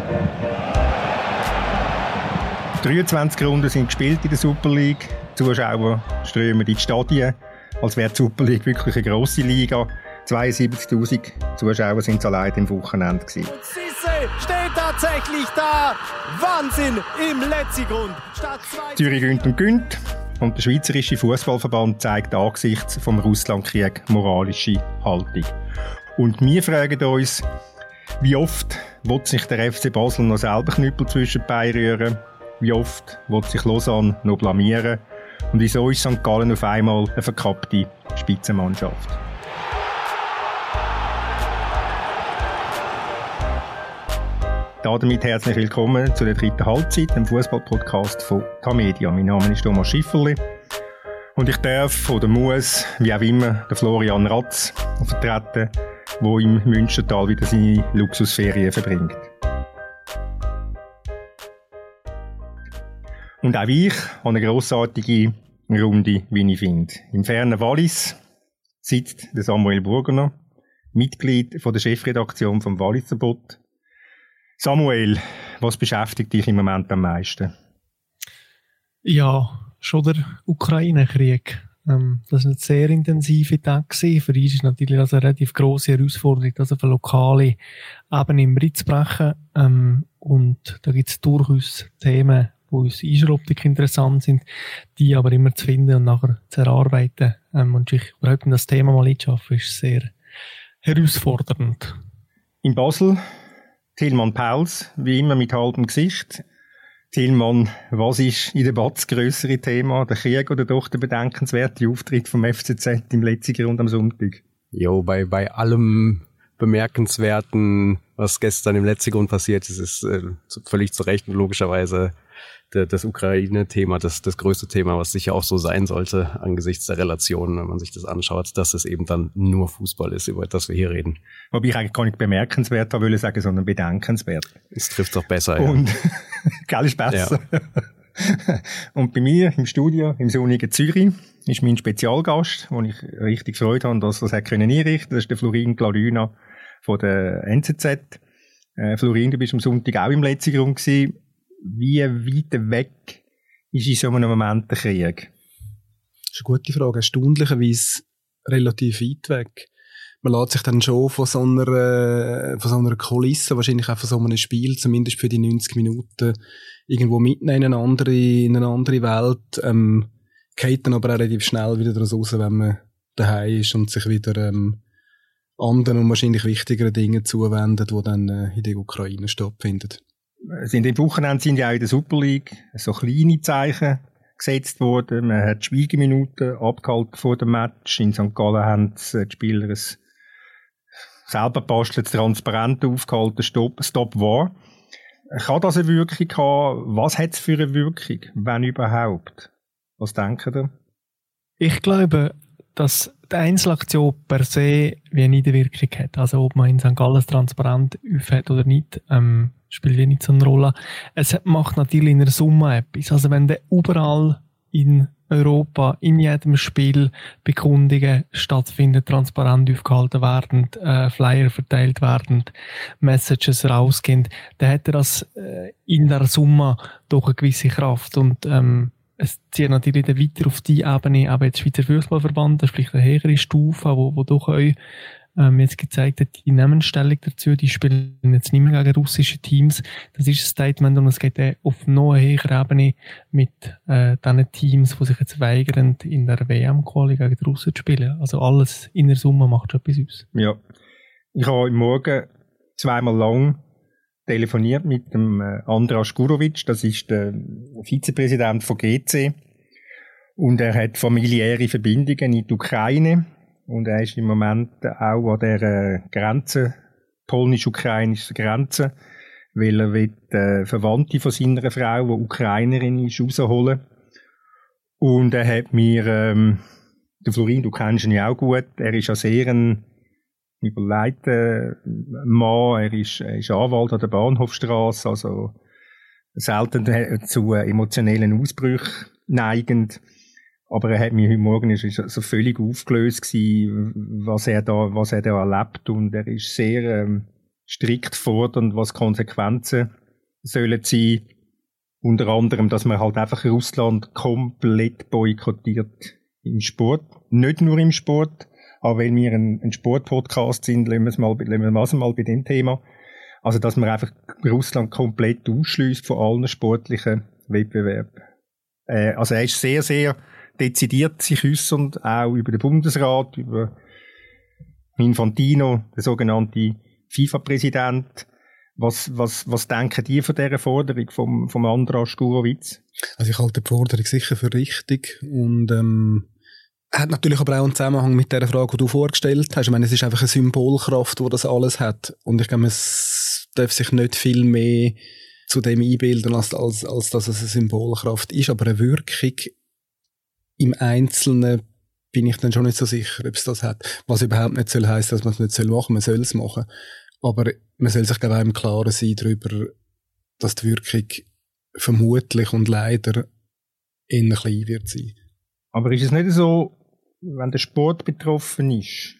23 Runden sind gespielt in der Super League. Die Zuschauer strömen in die Stadien, als wäre die Super League wirklich eine grosse Liga. 72'000 Zuschauer sind es allein am Wochenende gewesen. Und Cisse steht tatsächlich da. Wahnsinn im letzten Grund. Zürich gönnt. Und der Schweizerische Fußballverband zeigt angesichts vom Russlandkrieg moralische Haltung. Und wir fragen uns, wie oft will sich der FC Basel noch selber Knüppel zwischen die Beine rühren? Wie oft will sich Lausanne noch blamieren? Und wieso ist St. Gallen auf einmal eine verkappte Spitzenmannschaft? Damit herzlich willkommen zu der dritten Halbzeit, dem Fußball-Podcast von Tamedia. Mein Name ist Thomas Schifferli und ich darf oder muss, wie auch immer, den Florian Ratz vertreten, der im Münstertal wieder seine Luxusferien verbringt. Und auch ich habe eine grossartige Runde, wie ich finde. Im fernen Wallis sitzt der Samuel Burgener, Mitglied von der Chefredaktion vom Walliser Bot. Samuel, was beschäftigt dich im Moment am meisten? Ja, schon der Ukraine-Krieg. Das war ein sehr intensiver Tag. Für uns ist natürlich eine relativ grosse Herausforderung, das auf eine lokale Ebene im Bericht zu brechen. Und da gibt es durchaus Themen, die uns einschrottig interessant sind, die aber immer zu finden und nachher zu erarbeiten. Und sich überhaupt in das Thema mal einzuschaffen, ist sehr herausfordernd. In Basel, Tilman Pauls, wie immer mit halbem Gesicht. Tilman, was ist in der Batz das grössere Thema? Der Krieg oder doch der bedenkenswerte Auftritt vom FCZ im letzten Grund am Sonntag? Jo, bei allem Bemerkenswerten, was gestern im letzten Grund passiert ist, ist völlig zu Recht und logischerweise das Ukraine-Thema, das größte Thema, was sicher auch so sein sollte angesichts der Relationen, wenn man sich das anschaut, dass es eben dann nur Fußball ist, über das wir hier reden. Wobei ich eigentlich gar nicht bemerkenswert wollte sagen, sondern bedenkenswert. Es trifft doch besser, und, ja. Gell, ist besser. Ja. Und bei mir im Studio, im sonnigen Zürich, ist mein Spezialgast, wo ich richtig Freude habe, dass er das einrichten konnte. Das ist der Florin Gladüna von der NZZ. Florin, du bist am Sonntag auch im letzten Grund gewesen. Wie weit weg ist in so einem Moment der Krieg? Das ist eine gute Frage. Erstaunlicherweise relativ weit weg. Man lässt sich dann schon von so einer Kulisse, wahrscheinlich auch von so einem Spiel, zumindest für die 90 Minuten, irgendwo mitnehmen in eine andere Welt, geht dann aber auch relativ schnell wieder daraus raus, wenn man daheim ist und sich wieder anderen und wahrscheinlich wichtigeren Dingen zuwendet, die dann in der Ukraine stattfinden. In den Wochenenden sind ja auch in der Super League so kleine Zeichen gesetzt worden. Man hat Schweigeminuten abgehalten vor dem Match. In St. Gallen haben die Spieler ein selber basteltes Transparent aufgehalten, Stop War. Kann das eine Wirkung haben? Was hat es für eine Wirkung, wenn überhaupt? Was denken ihr? Ich glaube, dass die Einzelaktion per se wie eine Wirkung hat. Also ob man in St. Gallen transparent aufhat oder nicht, spielt ja nicht so eine Rolle. Es macht natürlich in der Summe etwas. Also wenn da überall in Europa, in jedem Spiel Bekundungen stattfinden, transparent aufgehalten werden, Flyer verteilt werden, Messages rausgehen, dann hat das in der Summe doch eine gewisse Kraft. Und es zieht natürlich dann weiter auf die Ebene, aber jetzt Schweizer Fußballverband, das ist vielleicht eine höhere Stufe, wo doch auch jetzt gezeigt hat, die nehmen Stellung dazu, die spielen jetzt nicht mehr gegen russische Teams. Das ist ein Statement und es geht auf noch eine höhere Ebene mit diesen Teams, die sich jetzt weigern, in der WM-Quali gegen die Russen zu spielen. Also alles in der Summe macht schon etwas aus. Ja, ich habe im Morgen zweimal lang telefoniert mit dem Andras Gurovic, das ist der Vizepräsident von GC. Und er hat familiäre Verbindungen in die Ukraine. Und er ist im Moment auch an der Grenze, polnisch-ukrainischen Grenze, weil er will Verwandte von seiner Frau, die Ukrainerin ist, rausholen. Und er hat mir, der Florin, du kennst ihn ja auch gut, er ist ja sehr ein überlegter Mann, er ist Anwalt an der Bahnhofstrasse, also selten zu emotionellen Ausbrüchen neigend. Aber er hat mir heute Morgen ist so völlig aufgelöst gewesen, was er da erlebt. Und er ist sehr strikt fordern, was Konsequenzen sollen sein. Unter anderem, dass man halt einfach Russland komplett boykottiert im Sport. Nicht nur im Sport, aber weil wir ein Sportpodcast sind, lassen wir mal bei dem Thema. Also, dass man einfach Russland komplett ausschliesst von allen sportlichen Wettbewerben. Also, er ist sehr, sehr dezidiert sich äußernd, auch über den Bundesrat, über Infantino, der sogenannte FIFA-Präsident. Was denken die von dieser Forderung vom Andras Gurewitz? Also ich halte die Forderung sicher für richtig und hat natürlich aber auch einen Zusammenhang mit der Frage, die du vorgestellt hast. Ich meine, es ist einfach eine Symbolkraft, die das alles hat und ich glaube, es darf sich nicht viel mehr zu dem einbilden, als dass es eine Symbolkraft ist, aber eine Wirkung im Einzelnen bin ich dann schon nicht so sicher, ob es das hat. Was überhaupt nicht soll heissen, dass man es nicht machen soll, man soll es machen. Aber man soll sich, glaube ich, auch im Klaren sein darüber, dass die Wirkung vermutlich und leider eher klein wird sein. Aber ist es nicht so, wenn der Sport betroffen ist,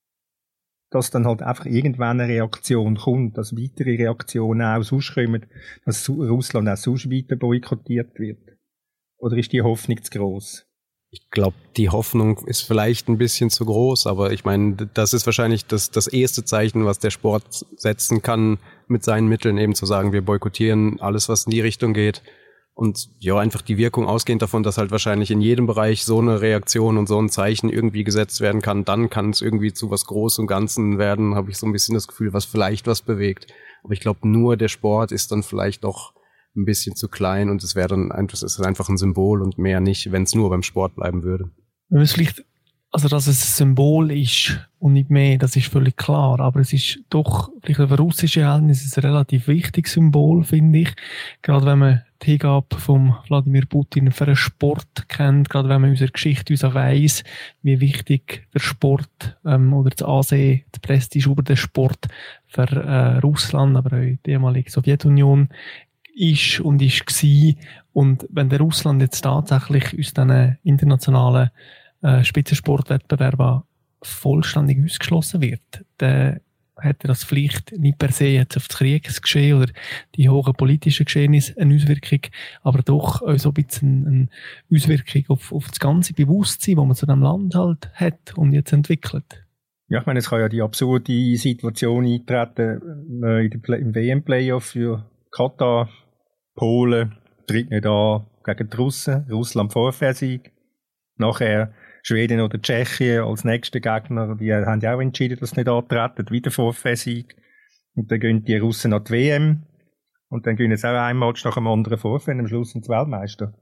dass dann halt einfach irgendwann eine Reaktion kommt, dass weitere Reaktionen auch sonst kommen, dass Russland auch sonst weiter boykottiert wird? Oder ist die Hoffnung zu gross? Ich glaube, die Hoffnung ist vielleicht ein bisschen zu groß, aber ich meine, das ist wahrscheinlich das erste Zeichen, was der Sport setzen kann, mit seinen Mitteln eben zu sagen, wir boykottieren alles, was in die Richtung geht. Und ja, einfach die Wirkung ausgehend davon, dass halt wahrscheinlich in jedem Bereich so eine Reaktion und so ein Zeichen irgendwie gesetzt werden kann, dann kann es irgendwie zu was Großem und Ganzen werden, habe ich so ein bisschen das Gefühl, was vielleicht was bewegt. Aber ich glaube, nur der Sport ist dann vielleicht doch ein bisschen zu klein und es ist einfach ein Symbol und mehr nicht, wenn es nur beim Sport bleiben würde. Wenn es vielleicht, also dass es ein Symbol ist und nicht mehr, das ist völlig klar, aber es ist doch vielleicht für russische Verhältnisse ein relativ wichtiges Symbol, finde ich. Gerade wenn man die Hingabe von Wladimir Putin für den Sport kennt, gerade wenn man unsere Geschichte weiss, wie wichtig der Sport oder das Ansehen, das Prestige über den Sport für Russland, aber auch die ehemalige Sowjetunion ist und ist gsi. Und wenn der Russland jetzt tatsächlich aus diesen internationalen Spitzensportwettbewerben vollständig ausgeschlossen wird, dann hätte das vielleicht nicht per se jetzt auf das Kriegsgeschehen oder die hohen politischen Geschehnisse eine Auswirkung, aber doch auch so ein bisschen eine Auswirkung auf das ganze Bewusstsein, das man zu dem Land halt hat und jetzt entwickelt. Ja, ich meine, es kann ja die absurde Situation eintreten im WM-Playoff für Katar. Polen tritt nicht an gegen die Russen, Russland Vorversieg. Nachher Schweden oder Tschechien als nächster Gegner, die haben ja auch entschieden, dass sie nicht antreten, wieder Vorversieg. Und dann gehen die Russen an die WM und dann gehen jetzt auch ein Match nach dem anderen Vorfeld und am Schluss sind sie Weltmeister.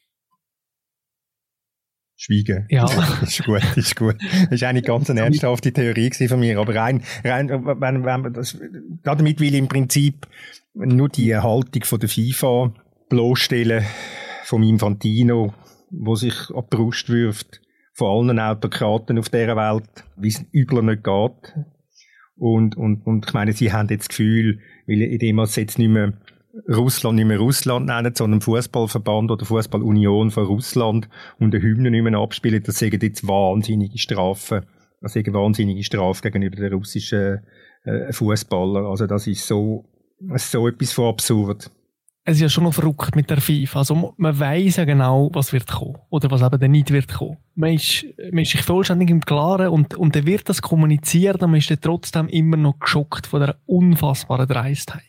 Schweigen. Ja. ist gut. Das war eigentlich ganz eine ernsthafte Theorie von mir. Aber rein, wenn man damit will ich im Prinzip nur die Haltung von der FIFA bloßstellen, vom Infantino, wo sich an die Brust wirft, von allen Autokraten auf dieser Welt, wie es übler nicht geht. Und ich meine, sie haben jetzt das Gefühl, weil indem sie jetzt nicht mehr Russland nennen, sondern Fußballverband oder Fußballunion von Russland und die Hymne nicht mehr abspielen, das sagen jetzt wahnsinnige Strafen. Das sagen wahnsinnige Strafen gegenüber den russischen Fußballern. Also das ist so etwas von absurd. Es ist ja schon noch verrückt mit der FIFA. Also man weiss ja genau, was wird kommen. Oder was eben dann nicht wird kommen. Man ist sich vollständig im Klaren und dann wird das kommuniziert, und man ist dann trotzdem immer noch geschockt von der unfassbaren Dreistheit.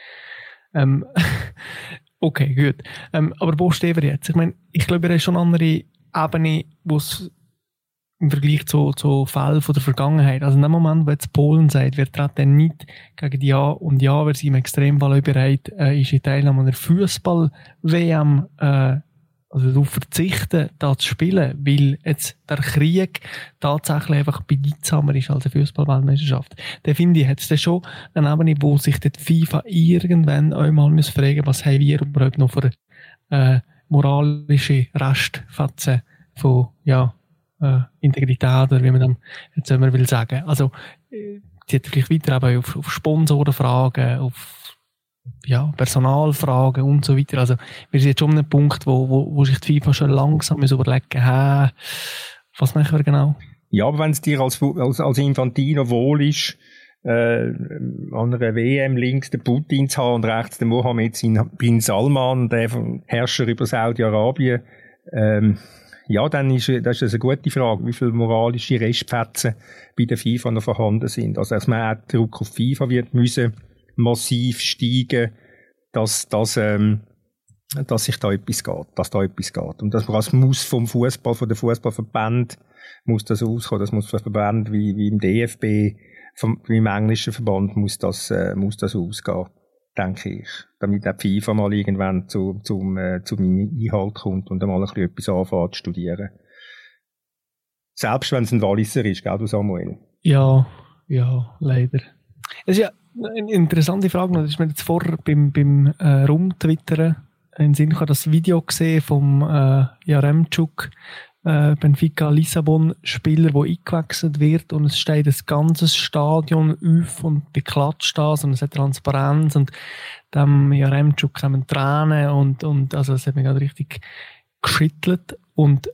Okay, gut. Aber wo stehen wir jetzt? Ich meine, ich glaube, er ist schon eine andere Ebene, wo es im Vergleich zu Fällen von der Vergangenheit. Also in dem Moment, wo jetzt Polen sagt, wir treten nicht gegen die Ja und Ja, wir sind im Extremfall auch bereit, ist in Teilnahme an der Fußball-WM, also darauf verzichten, da zu spielen, weil jetzt der Krieg tatsächlich einfach bedeutsamer ist als eine Fußball-Weltmeisterschaft. Dann finde ich, hat es dann schon eine Ebene, wo sich die FIFA irgendwann einmal fragen, was haben wir überhaupt noch für moralische Restfetzen von, Integrität, oder wie man dann jetzt immer will sagen. Also, sie hat vielleicht weiter aber auf Sponsorenfragen, auf Personalfragen und so weiter. Also, wir sind jetzt schon an einem Punkt, wo sich die FIFA schon langsam überlegen, was machen wir genau? Ja, aber wenn es dir als Infantino wohl ist, an einer WM links den Putin zu haben und rechts den Mohammed bin Salman, der Herrscher über Saudi-Arabien. Ja, das ist eine gute Frage, wie viele moralische Restfetzen bei der FIFA noch vorhanden sind. Also, dass man auch Druck auf die FIFA wird müssen massiv steigen, dass sich da etwas geht. Und das muss vom Fußball, von der Fußballverband, muss das auskommen. Das muss von Verbänden wie im DFB, wie im englischen Verband muss das ausgehen, denke ich. Damit auch die FIFA mal irgendwann zu meinem Einhalt kommt und einmal etwas anfängt zu studieren. Selbst wenn es ein Walliser ist, gell, du Samuel? Ja, leider. Es ist ja eine interessante Frage, das ist mir jetzt vorher beim Rumtwittern in den Sinn gekommen, das Video gesehen vom Yaremchuk, Benfica Lissabon-Spieler, der eingewechselt wird und es steht das ganze Stadion auf und beklatscht das und es hat Transparenz und dem Yaremchuk kommen Tränen und also es hat mich gerade richtig geschüttelt und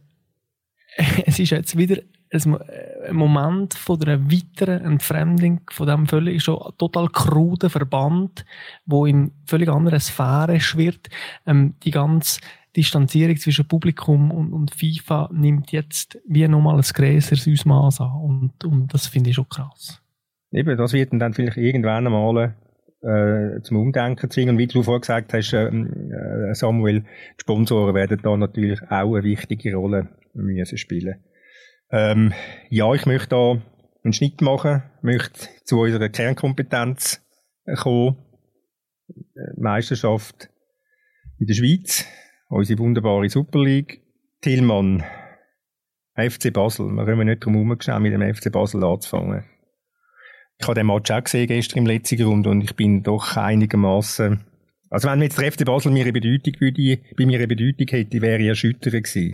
es ist jetzt wieder ein Moment von einer weiteren Entfremdung von dem völlig schon total kruden Verband, wo in völlig anderen Sphären schwirrt. Die ganze Distanzierung zwischen Publikum und FIFA nimmt jetzt wie nochmal ein grösseres Ausmaß an und das finde ich schon krass. Eben, das wird dann vielleicht irgendwann einmal zum Umdenken zwingen. Und wie du vorher gesagt hast, Samuel, die Sponsoren werden da natürlich auch eine wichtige Rolle müssen spielen. Ja, ich möchte da einen Schnitt machen, möchte zu unserer Kernkompetenz kommen. Meisterschaft in der Schweiz, unsere wunderbare Super League. Tillmann, FC Basel. Wir können nicht drum herumgeschaut, mit dem FC Basel anzufangen. Ich habe den Match auch gesehen gestern im letzten Runde und ich bin doch einigermaßen. Also wenn jetzt der FC Basel bei mir eine Bedeutung hätte, wäre ich erschütternd gewesen.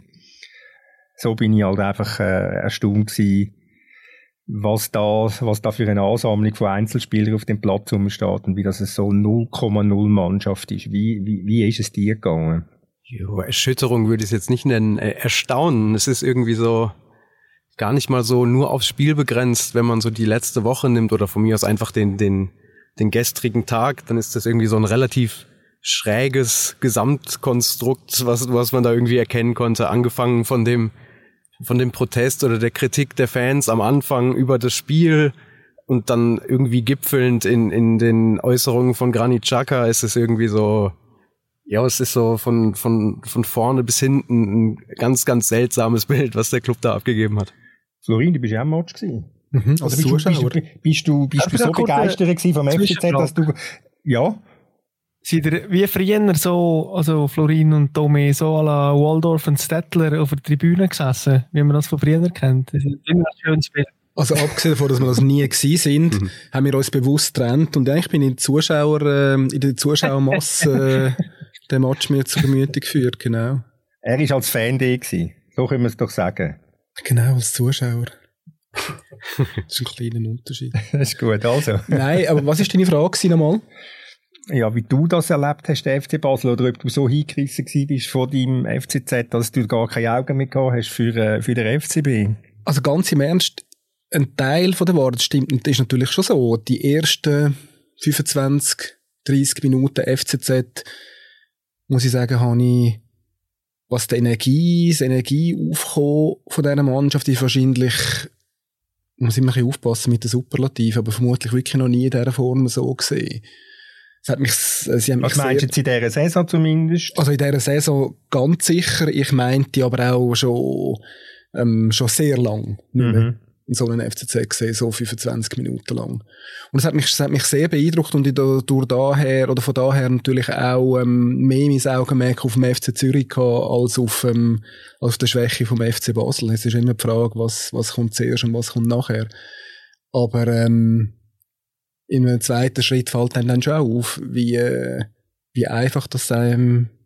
So bin ich halt einfach erstaunt gewesen, was da für eine Ansammlung von Einzelspielern auf dem Platz rumsteht und wie das so 0,0 Mannschaft ist. Wie ist es dir gegangen? Jo, Erschütterung würde ich es jetzt nicht nennen. Erstaunen. Es ist irgendwie so gar nicht mal so nur aufs Spiel begrenzt, wenn man so die letzte Woche nimmt oder von mir aus einfach den gestrigen Tag, dann ist das irgendwie so ein relativ schräges Gesamtkonstrukt, was man da irgendwie erkennen konnte, angefangen von dem Protest oder der Kritik der Fans am Anfang über das Spiel und dann irgendwie gipfelnd in den Äußerungen von Granit Xhaka ist es irgendwie so, ja, es ist so von vorne bis hinten ein ganz, ganz seltsames Bild, was der Club da abgegeben hat. Florin, du bist ja am Match gewesen. Als Zuschauer. Bist du so begeistert gewesen vom FCZ, dass du, ja? Seid ihr wie früher so, also Florin und Tomé, so à la Waldorf und Stettler auf der Tribüne gesessen, wie man das von früher kennt? Das ist immer ein schönes Bild. Also abgesehen davon, dass wir das nie gewesen sind, haben wir uns bewusst getrennt und eigentlich bin ich in der Zuschauermasse den Match mir zu Gemüte geführt, genau. Er war als Fan da gewesen. So können wir es doch sagen. Genau, als Zuschauer. Das ist ein kleiner Unterschied. Das ist gut, also. Nein, aber was war deine Frage nochmal? Ja, wie du das erlebt hast, der FC Basel, oder ob du so hingerissen bist von deinem FCZ, dass du gar keine Augen mehr gehabt hast für den FCB? Also ganz im Ernst, ein Teil von der Wahrheit stimmt, und das ist natürlich schon so. Die ersten 25, 30 Minuten FCZ, muss ich sagen, habe ich, was das Energieaufkommen von dieser Mannschaft ist wahrscheinlich, muss ich ein bisschen aufpassen mit den Superlativen, aber vermutlich wirklich noch nie in dieser Form so gesehen. Was meinst du jetzt in dieser Saison zumindest? Also in dieser Saison ganz sicher. Ich meinte aber auch schon sehr lang nicht mehr in so einem FCZ gesehen, so 25 Minuten lang. Und es hat mich sehr beeindruckt und von daher natürlich auch mehr mein Augenmerk auf dem FC Zürich gehabt, als auf der Schwäche vom FC Basel. Es ist immer die Frage, was kommt zuerst und was kommt nachher. Aber in einem zweiten Schritt fällt dann schon auf, wie einfach das der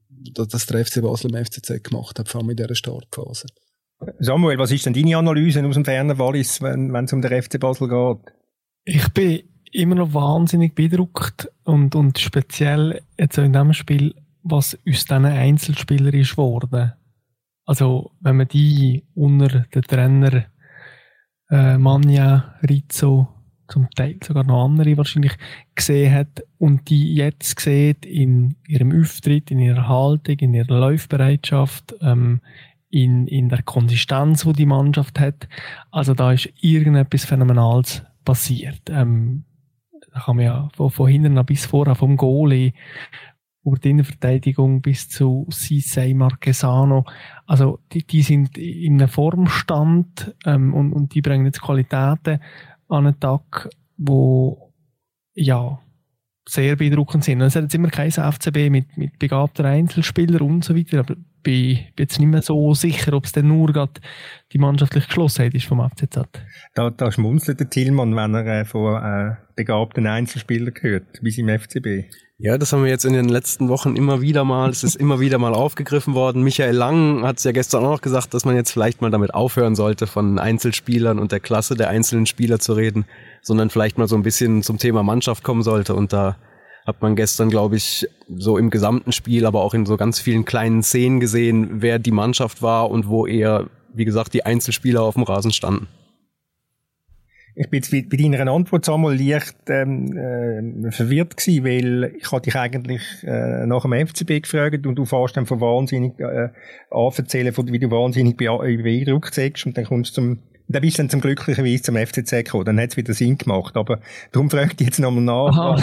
FC Basel im FCZ gemacht hat, vor allem in dieser Startphase. Samuel, was ist denn deine Analyse aus dem fernen Wallis, wenn es um den FC Basel geht? Ich bin immer noch wahnsinnig beeindruckt und speziell jetzt auch in diesem Spiel, was aus diesen Einzelspielern ist geworden. Also, wenn man die unter den Trainer Manja, Rizzo, zum Teil sogar noch andere wahrscheinlich gesehen hat und die jetzt sieht in ihrem Auftritt, in ihrer Haltung, in ihrer Laufbereitschaft, in der Konsistenz, die Mannschaft hat. Also da ist irgendetwas Phänomenales passiert. Da kann man ja von hinten bis vorne, vom Goalie über die Innenverteidigung bis zu Cissé, Marquesano. Also die sind in einem Formstand und die bringen jetzt Qualitäten an den Tag, wo ja sehr beeindruckend sind. Es hat jetzt immer kein FCB mit begabten Einzelspielern und so weiter, aber bin jetzt nicht mehr so sicher, ob es denn nur gerade die mannschaftliche Geschlossenheit ist vom FCZ. Da schmunzelt der Tillmann, wenn er von begabten Einzelspielern hört, wie im FCB. Ja, das haben wir jetzt in den letzten Wochen immer wieder mal, es ist immer wieder mal aufgegriffen worden. Michael Lang hat es ja gestern auch noch gesagt, dass man jetzt vielleicht mal damit aufhören sollte, von Einzelspielern und der Klasse der einzelnen Spieler zu reden, sondern vielleicht mal so ein bisschen zum Thema Mannschaft kommen sollte. Und da hat man gestern, glaube ich, so im gesamten Spiel, aber auch in so ganz vielen kleinen Szenen gesehen, wer die Mannschaft war und wo eher, wie gesagt, die Einzelspieler auf dem Rasen standen. Ich bin jetzt bei deiner Antwort einmal leicht verwirrt gewesen, weil ich hatte dich eigentlich nach dem FCB gefragt und du fährst dann von wahnsinnig anverzählen, wie du wahnsinnig beeindruckt sagst und dann kommst dann bist du dann glücklicherweise zum FCZ gekommen. Dann hat es wieder Sinn gemacht. Aber darum frage ich jetzt nochmal nach,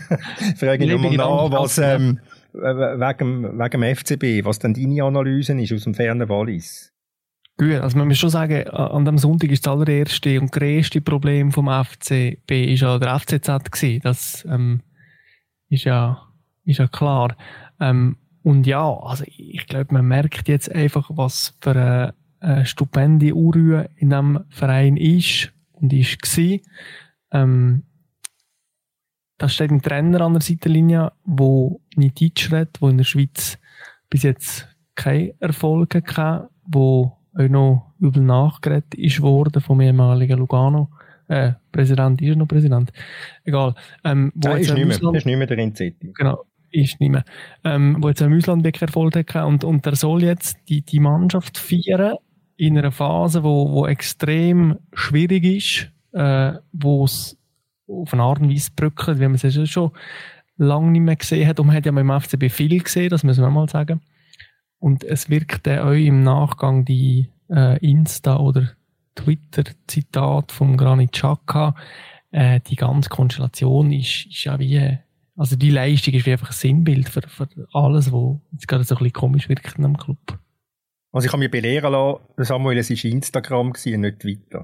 was wegen dem FCB, was dann deine Analyse ist aus dem fernen Wallis. Gut, also man muss schon sagen, an dem Sonntag ist das allererste und grösste Problem vom FCB ist ja der FCZ gewesen. Das ist ja klar. Und ja, also ich glaube, man merkt jetzt einfach, was für eine stupende Unruhe in diesem Verein ist und war. Da steht ein Trainer an der Seitenlinie, der nicht Deutsch redet, der in der Schweiz bis jetzt keine Erfolge hatte, der auch noch übel nachgeredet ist worden vom ehemaligen Lugano. Präsident, ist er noch Präsident? Egal. Wo ist nicht mehr der Inzetti. Genau, ist nicht mehr. Wo jetzt im Ausland wirklich Erfolg hat und er soll jetzt die Mannschaft feiern in einer Phase, wo extrem schwierig ist, wo es auf eine Art und Weise bröckelt, wie man es schon lange nicht mehr gesehen hat. Und man hat ja beim FCB viel gesehen, das müssen wir mal sagen. Und es wirkt auch im Nachgang die Insta- oder Twitter-Zitat vom Granit Xhaka. Die ganze Konstellation ist ja wie, also die Leistung ist wie einfach ein Sinnbild für alles, was jetzt gerade so ein bisschen komisch wirkt in einem Club. Also ich habe mich belehren lassen, Samuel, es war Instagram und nicht Twitter.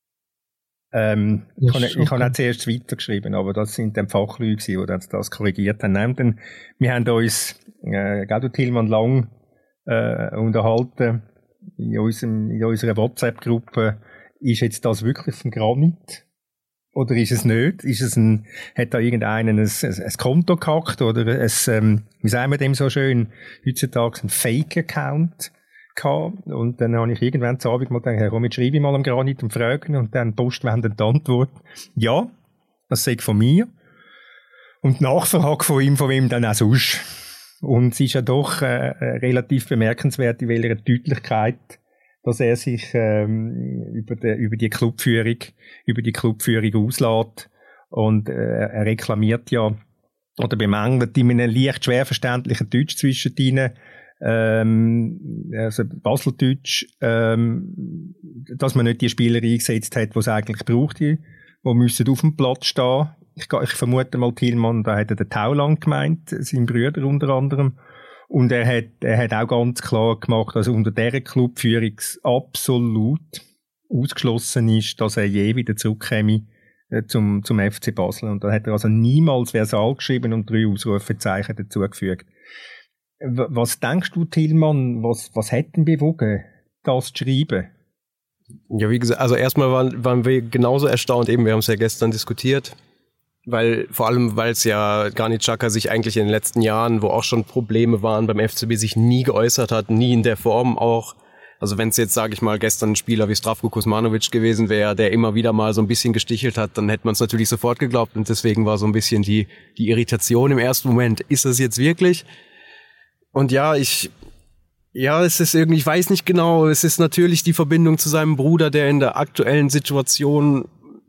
Ich habe auch zuerst Twitter geschrieben, aber das sind dann Fachleute, die das korrigiert haben. Wir haben uns, du Tillmann, lang unterhalten in unserer WhatsApp-Gruppe. Ist jetzt das wirklich vom Granit? Oder ist es nicht? Hat da irgendeinen ein Konto gehackt? Oder wie sagen wir dem so schön, heutzutage ein Fake-Account gehabt? Und dann habe ich irgendwann zu Abend mal gedacht, komm, jetzt schreibe ich mal am Granit und frage und dann postwendend die Antwort. Ja, das sei von mir. Und die Nachfrage von ihm, von wem dann auch sonst. Und es ist ja doch relativ bemerkenswert, in welcher Deutlichkeit, dass er sich über die Clubführung auslässt. Und er reklamiert ja oder bemängelt in einem leicht schwer verständlichen Deutsch zwischendrin, also Baseldeutsch, dass man nicht die Spieler eingesetzt hat, die es eigentlich braucht, die müssen auf dem Platz stehen. Ich vermute mal, Tillmann, da hat er den Tauland gemeint, sein Bruder unter anderem. Und er hat auch ganz klar gemacht, dass unter dieser Clubführung absolut ausgeschlossen ist, dass er je wieder zurückkäme zum FC Basel. Und da hat er also niemals Versal geschrieben und 3 Ausrufezeichen dazugefügt. Was denkst du, Tillmann, was hat denn bewogen, das zu schreiben? Ja, wie gesagt, also erstmal waren wir genauso erstaunt, eben, wir haben es ja gestern diskutiert, vor allem, weil es ja Granit Xhaka sich eigentlich in den letzten Jahren, wo auch schon Probleme waren beim FCB, sich nie geäußert hat, nie in der Form auch. Also wenn es jetzt, sage ich mal, gestern ein Spieler wie Zdravko Kuzmanovic gewesen wäre, der immer wieder mal so ein bisschen gestichelt hat, dann hätte man es natürlich sofort geglaubt und deswegen war so ein bisschen die Irritation im ersten Moment. Ist das jetzt wirklich? Und es ist irgendwie, ich weiß nicht genau, es ist natürlich die Verbindung zu seinem Bruder, der in der aktuellen Situation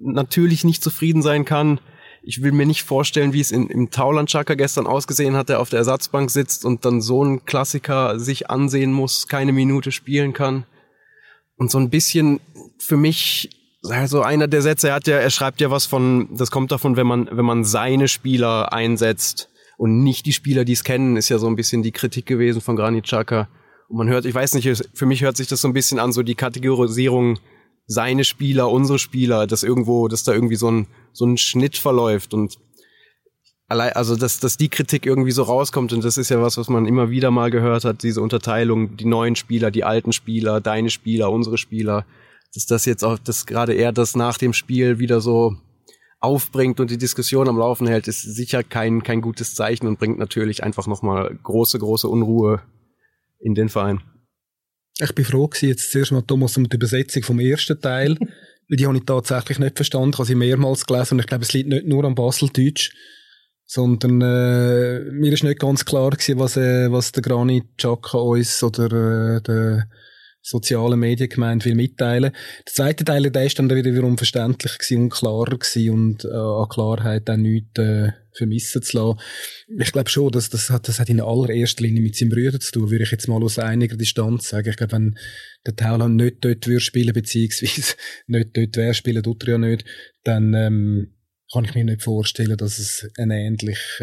natürlich nicht zufrieden sein kann. Ich will mir nicht vorstellen, wie es im Tauland Xhaka gestern ausgesehen hat, der auf der Ersatzbank sitzt und dann so ein Klassiker sich ansehen muss, keine Minute spielen kann. Und so ein bisschen für mich, also einer der Sätze, er schreibt ja was von, das kommt davon, wenn man seine Spieler einsetzt und nicht die Spieler, die es kennen, ist ja so ein bisschen die Kritik gewesen von Granit Xhaka. Und man hört, ich weiß nicht, für mich hört sich das so ein bisschen an, so die Kategorisierung seine Spieler, unsere Spieler, dass da irgendwie so ein Schnitt verläuft und allein, also dass die Kritik irgendwie so rauskommt und das ist ja was man immer wieder mal gehört hat, diese Unterteilung, die neuen Spieler, die alten Spieler, deine Spieler, unsere Spieler, dass das jetzt auch, dass gerade er das nach dem Spiel wieder so aufbringt und die Diskussion am Laufen hält, ist sicher kein gutes Zeichen und bringt natürlich einfach nochmal große Unruhe in den Verein. Ich bin froh gewesen, jetzt zuerst mal, Thomas, um die Übersetzung vom ersten Teil, weil die habe ich tatsächlich nicht verstanden, ich habe sie mehrmals gelesen und ich glaube, es liegt nicht nur am Baseldeutsch, sondern mir ist nicht ganz klar gewesen, was der Granit Xhaka uns oder der sozialen Mediengemeinde will mitteilen. Der zweite Teil, der ist dann wieder wiederum verständlich gewesen und klarer gewesen und an Klarheit auch nichts vermissen zu lassen. Ich glaube schon, das hat in allererster Linie mit seinem Bruder zu tun, würde ich jetzt mal aus einiger Distanz sagen. Ich glaube, wenn der Tauland nicht dort würde spielen, beziehungsweise nicht dort wäre, spielen tut er ja nicht, dann kann ich mir nicht vorstellen, dass es einen ähnlich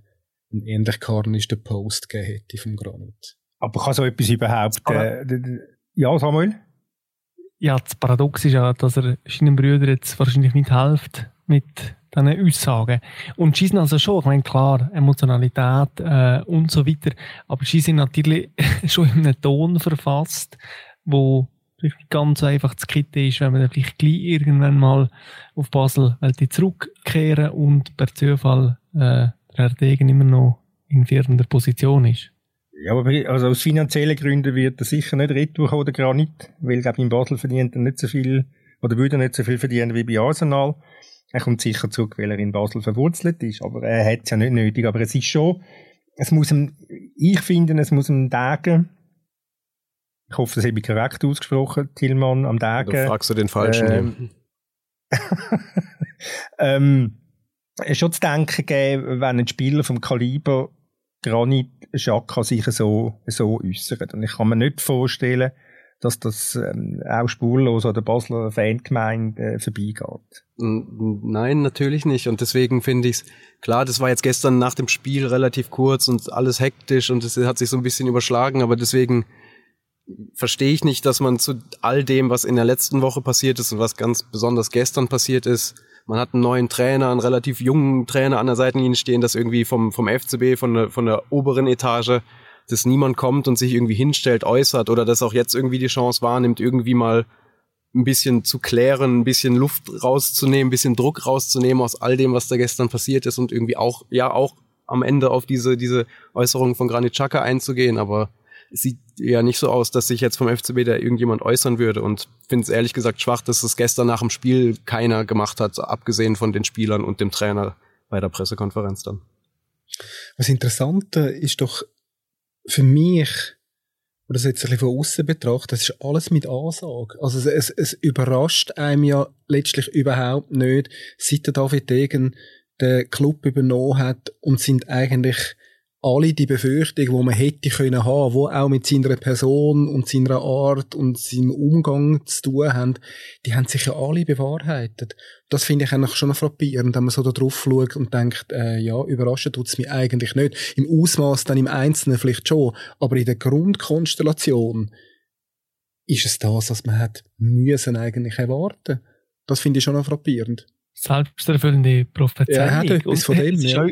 karnischen Post gegeben hätte vom Granit. Aber kann so etwas überhaupt... ja, Samuel? Ja, das Paradox ist ja, dass er seinen Brüdern jetzt wahrscheinlich nicht hilft mit diesen Aussagen. Und sie sind also schon, ich meine, klar, Emotionalität und so weiter, aber sie sind natürlich schon in einem Ton verfasst, wo vielleicht ganz einfach zu kitten ist, wenn man dann vielleicht gleich irgendwann mal auf Basel zurückkehren und per Zufall der Herr Degen immer noch in führender Position ist. Ja, aber also aus finanziellen Gründen wird er sicher nicht retour kommen, der Granit, weil, glaube ich, in Basel verdient er nicht so viel, oder würde er nicht so viel verdienen wie bei Arsenal. Er kommt sicher zurück, weil er in Basel verwurzelt ist, aber er hat es ja nicht nötig. Aber es ist schon, ich finde, es muss ihm Degen, ich hoffe, das habe ich korrekt ausgesprochen, Tillmann am Degen. Du fragst du den Falschen schon zu denken geben, wenn ein Spieler vom Kaliber Granit Xhaka sich so äußert. Und ich kann mir nicht vorstellen, dass das auch spurlos an der Basler Fangemeinde vorbeigeht. Nein, natürlich nicht. Und deswegen finde ich es, klar, das war jetzt gestern nach dem Spiel relativ kurz und alles hektisch und es hat sich so ein bisschen überschlagen, aber deswegen verstehe ich nicht, dass man zu all dem, was in der letzten Woche passiert ist und was ganz besonders gestern passiert ist, man hat einen neuen Trainer, einen relativ jungen Trainer an der Seitenlinie stehen, das irgendwie vom FCB, von der oberen Etage, dass niemand kommt und sich irgendwie hinstellt, äußert oder dass auch jetzt irgendwie die Chance wahrnimmt, irgendwie mal ein bisschen zu klären, ein bisschen Luft rauszunehmen, ein bisschen Druck rauszunehmen aus all dem, was da gestern passiert ist und irgendwie auch am Ende auf diese Äußerung von Granit Xhaka einzugehen, aber es sieht ja nicht so aus, dass sich jetzt vom FCB da irgendjemand äußern würde und finde es ehrlich gesagt schwach, dass es gestern nach dem Spiel keiner gemacht hat, abgesehen von den Spielern und dem Trainer bei der Pressekonferenz dann. Was interessant ist doch für mich, oder das jetzt ein bisschen von aussen betrachtet, das ist alles mit Ansage. Also es überrascht einem ja letztlich überhaupt nicht, seit der David Degen den Club übernommen hat und sind eigentlich alle die Befürchtungen, die man hätte können haben, die auch mit seiner Person und seiner Art und seinem Umgang zu tun haben, die haben sich ja alle bewahrheitet. Das finde ich eigentlich schon frappierend, wenn man so da drauf schaut und denkt, ja, überraschen tut's mich eigentlich nicht. Im Ausmaß dann im Einzelnen vielleicht schon, aber in der Grundkonstellation ist es das, was man hat müssen eigentlich erwarten. Das finde ich schon noch frappierend. Selbsterfüllende Prophezeiung. Ja, hat etwas von dem, ja.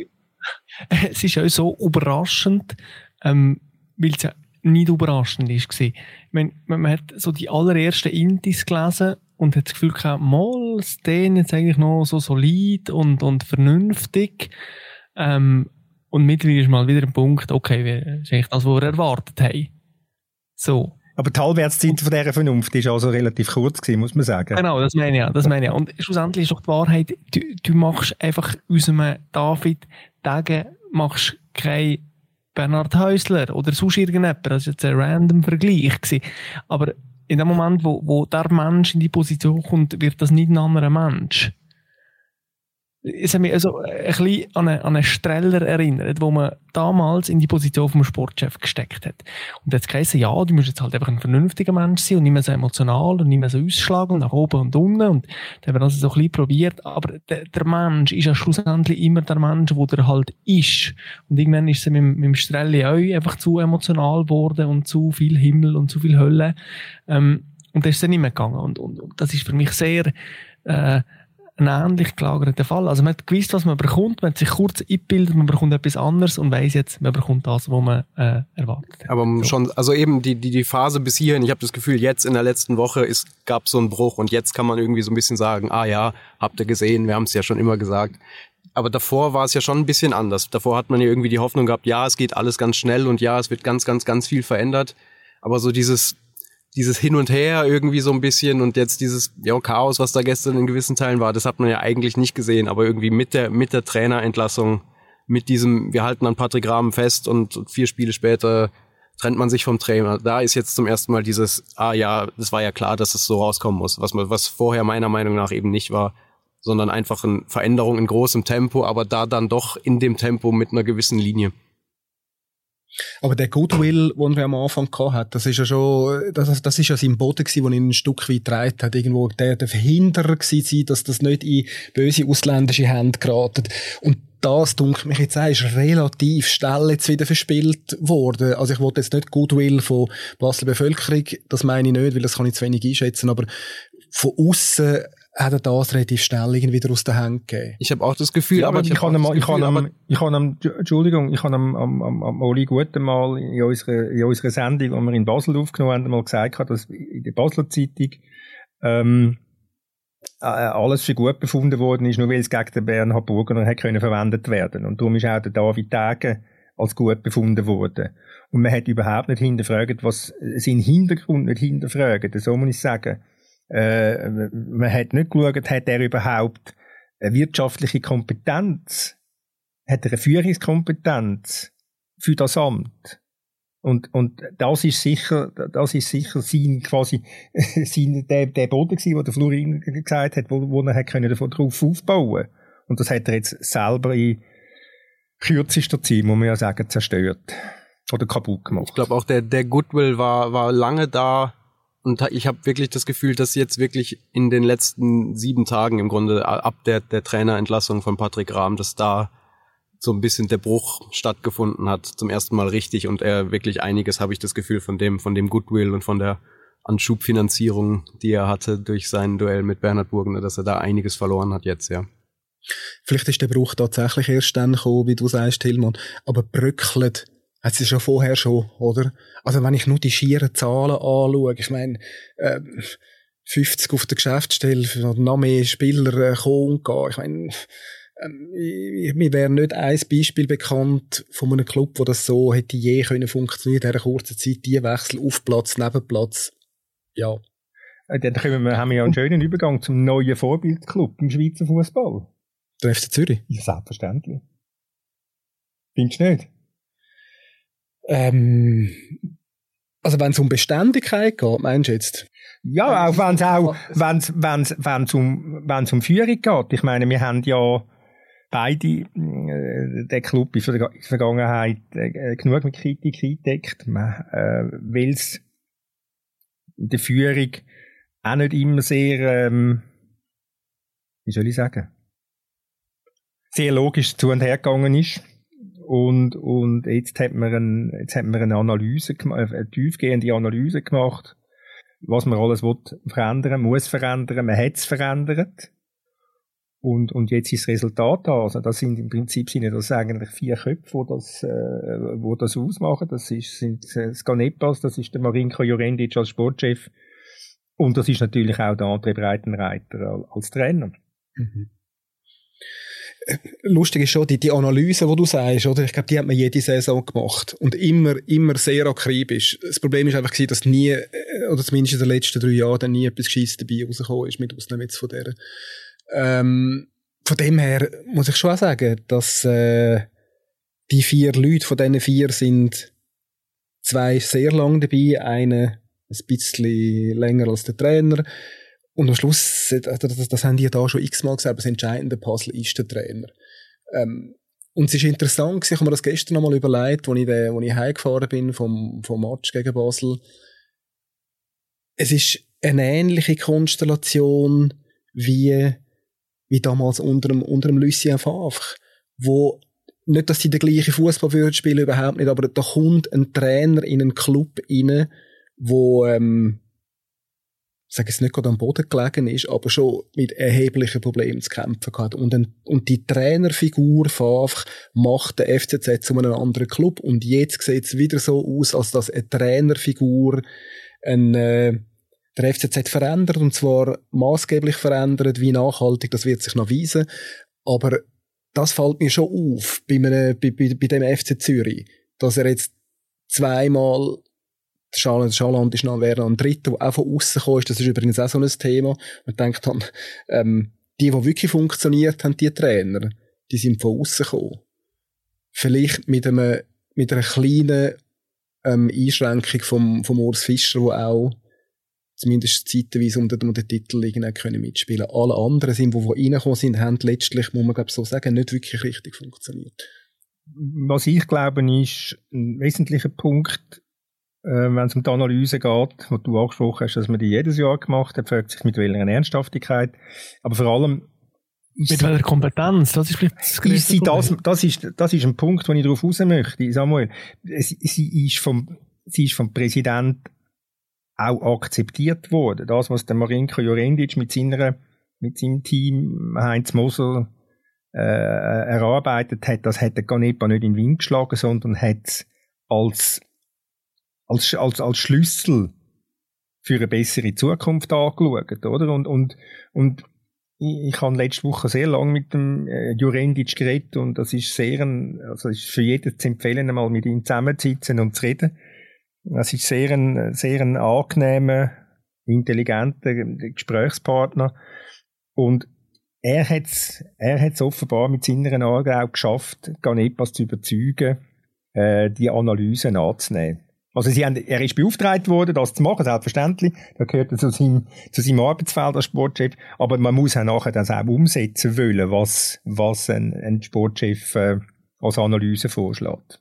Es ist auch so überraschend, weil es ja nicht überraschend ist. Ich meine, man hat so die allerersten Indis gelesen und hat das Gefühl gehabt, mal, es ist jetzt eigentlich noch so solid und vernünftig. Und mittlerweile ist mal wieder ein Punkt, okay, das ist eigentlich das, was wir erwartet haben. So. Aber die Halbwertszeit von dieser Vernunft ist also relativ kurz gewesen, muss man sagen. Genau, das meine ich. Und schlussendlich ist doch die Wahrheit, du machst einfach unserem David Degen machst kein Bernhard Häusler oder sonst irgendjemand. Das war jetzt ein random Vergleich gewesen. Aber in dem Moment, wo der Mensch in die Position kommt, wird das nicht ein anderer Mensch. es hat mich also ein bisschen an einen Streller erinnert, wo man damals in die Position vom Sportchef gesteckt hat. Und jetzt geheißen, ja, du musst jetzt halt einfach ein vernünftiger Mensch sein und nicht mehr so emotional und nicht mehr so ausschlagen nach oben und unten. Und da haben wir das so ein bisschen probiert. Aber der Mensch ist ja schlussendlich immer der Mensch, wo der halt ist. Und irgendwann ist es mit dem Strelli auch einfach zu emotional geworden und zu viel Himmel und zu viel Hölle. Und das ist dann nicht mehr gegangen. Und das ist für mich sehr, ein ähnlich gelagerter Fall. Also man hat gewusst, was man bekommt, man hat sich kurz eingebildet, man bekommt etwas anderes und weiss jetzt, man bekommt das, was man erwartet hat. Aber so. Schon, also eben die Phase bis hierhin, ich habe das Gefühl, jetzt in der letzten Woche gab so einen Bruch und jetzt kann man irgendwie so ein bisschen sagen, ja, habt ihr gesehen, wir haben es ja schon immer gesagt. Aber davor war es ja schon ein bisschen anders. Davor hat man ja irgendwie die Hoffnung gehabt, ja, es geht alles ganz schnell und ja, es wird ganz, ganz, ganz viel verändert. Aber so dieses Hin und Her irgendwie so ein bisschen und jetzt dieses Chaos, was da gestern in gewissen Teilen war, das hat man ja eigentlich nicht gesehen, aber irgendwie mit der Trainerentlassung, mit diesem, wir halten an Patrick Rahm fest und 4 Spiele später trennt man sich vom Trainer. Da ist jetzt zum ersten Mal dieses, das war ja klar, dass es so rauskommen muss, was vorher meiner Meinung nach eben nicht war, sondern einfach eine Veränderung in großem Tempo, aber da dann doch in dem Tempo mit einer gewissen Linie. Aber der Goodwill, den er am Anfang hatte, das ist ja schon, das ist ja sein Boden gewesen, den ihn ein Stück weit getragen hat. Irgendwo der Verhinderer gewesen sein, dass das nicht in böse ausländische Hände geraten. Und das, denke mich jetzt auch, ist relativ schnell jetzt wieder verspielt worden. Also ich wollte jetzt nicht Goodwill von Basler Bevölkerung, das meine ich nicht, weil das kann ich zu wenig einschätzen, aber von aussen hat er das relativ schnell irgendwie wieder aus den Händen gegeben. Ich habe auch das Gefühl, ja, aber ich habe am Oli Guten mal in unserer Sendung, die wir in Basel aufgenommen haben, mal gesagt, dass in der Basler Zeitung alles für gut befunden worden ist, nur weil es gegen den Bernhard Burgener hat können verwendet werden. Und darum ist auch der David Degen als gut befunden worden. Und man hat überhaupt nicht hinterfragt, was seinen Hintergrund nicht hinterfragt, so muss ich sagen. Man hat nicht geschaut, hat er überhaupt eine wirtschaftliche Kompetenz? Hat er eine Führungskompetenz für das Amt? Und das ist sicher sein, quasi, der Boden gewesen, wo der Florin gesagt hat, wo er hat können darauf aufbauen. Und das hat er jetzt selber in kürzester Zeit, muss man ja sagen, zerstört. Oder kaputt gemacht. Ich glaube auch, der Goodwill war lange da. Und ich habe wirklich das Gefühl, dass jetzt wirklich in den letzten 7 Tagen im Grunde ab der Trainerentlassung von Patrick Rahm, dass da so ein bisschen der Bruch stattgefunden hat, zum ersten Mal richtig. Und er wirklich einiges, habe ich das Gefühl, von dem Goodwill und von der Anschubfinanzierung, die er hatte durch sein Duell mit Bernhard Burgener, dass er da einiges verloren hat jetzt, ja. Vielleicht ist der Bruch tatsächlich erst dann gekommen, wie du sagst, Tillmann. Aber bröckelt hat sie schon vorher schon, oder? Also wenn ich nur die schieren Zahlen anschaue, ich meine, 50 auf der Geschäftsstelle, noch mehr Spieler kommen und gehen. Ich meine, mir wäre nicht ein Beispiel bekannt von einem Club, wo das so hätte je können funktionieren in dieser kurzen Zeit, die Wechsel auf Platz, neben Platz. Ja. Dann haben wir ja einen schönen Übergang zum neuen Vorbildclub im Schweizer Fußball. Der FC Zürich? Ja, selbstverständlich. Findest du nicht? Also wenn es um Beständigkeit geht, meinst du jetzt? Ja, auch wenn es um Führung geht. Ich meine, wir haben ja beide den Club in der Vergangenheit genug mit Kritik eingedeckt, weil es in der Führung auch nicht immer sehr, wie soll ich sagen, sehr logisch zu und her gegangen ist. Und jetzt hat man eine Analyse gemacht, eine tiefgehende Analyse gemacht, was man alles verändern muss verändern. Man hat es verändert. Und jetzt ist das Resultat da. Also das sind im Prinzip das eigentlich 4 Köpfe, wo das ausmachen. Das Ganepas, das ist der Marinko Jurendic als Sportchef. Und das ist natürlich auch der André Breitenreiter als Trainer. Mhm. Lustig ist schon, die Analyse, die du sagst, oder? Ich glaube, die hat man jede Saison gemacht. Und immer sehr akribisch. Das Problem ist einfach, dass nie, oder zumindest in den letzten 3 Jahren, dann nie etwas Gescheites dabei rausgekommen ist, mit Ausnahme jetzt von der. Von dem her muss ich schon auch sagen, dass, die 4 Leute, von diesen 4 sind 2 sehr lang dabei, einer ein bisschen länger als der Trainer. Und am Schluss, das haben die da schon x-mal gesagt, das entscheidende Puzzle ist der Trainer. Und es ist interessant, ich habe mir das gestern noch mal überlegt, als ich heimgefahren bin vom Match gegen Basel. Es ist eine ähnliche Konstellation wie damals unter dem Lucien Favre, wo nicht, dass sie den gleichen Fußball würden spielen, überhaupt nicht, aber da kommt ein Trainer in einen Club rein, wo ich sage jetzt nicht gerade am Boden gelegen ist, aber schon mit erheblichen Problemen zu kämpfen hat. Und die Trainerfigur Favre macht den FCZ zu einem anderen Club. Und jetzt sieht es wieder so aus, als dass eine Trainerfigur der FCZ verändert, und zwar maßgeblich verändert. Wie nachhaltig, das wird sich noch weisen. Aber das fällt mir schon auf bei dem FC Zürich, dass er jetzt zweimal Schaland ist noch ein Dritter, der auch von aussen gekommen ist. Das ist übrigens auch so ein Thema. Man denkt dann, die wirklich funktioniert haben, die Trainer, die sind von aussen gekommen. Vielleicht mit einer kleinen Einschränkung vom Urs Fischer, der auch zumindest zeitweise um den Titel mitspielen können. Alle anderen sind, die reingekommen sind, haben letztlich, muss man glaube so sagen, nicht wirklich richtig funktioniert. Was ich glaube, ist ein wesentlicher Punkt, wenn es um die Analyse geht, die du angesprochen hast, dass man die jedes Jahr gemacht hat, fragt sich mit welcher Ernsthaftigkeit. Aber vor allem mit welcher Kompetenz? Das ist vielleicht das ist ein Punkt, wo ich darauf raus möchte, Samuel. Sie ist vom Präsidenten auch akzeptiert worden. Das, was der Marinko Jurendic mit seinem Team Heinz Moser erarbeitet hat, das hat der Canepa nicht in den Wind geschlagen, sondern hat es als Schlüssel für eine bessere Zukunft angeschaut, oder? Und ich habe letzte Woche sehr lange mit dem Jurendic geredet, und das ist ist für jeden zu empfehlen, einmal mit ihm zusammenzusitzen und zu reden. Es ist sehr ein angenehmer, intelligenter Gesprächspartner, und er hat's offenbar mit seiner Arbeit auch geschafft, Canepas zu überzeugen, die Analysen anzunehmen. Also er ist beauftragt worden, das zu machen, selbstverständlich. Da gehört er zu seinem Arbeitsfeld als Sportchef. Aber man muss auch nachher das auch umsetzen wollen, was ein Sportchef als Analyse vorschlägt.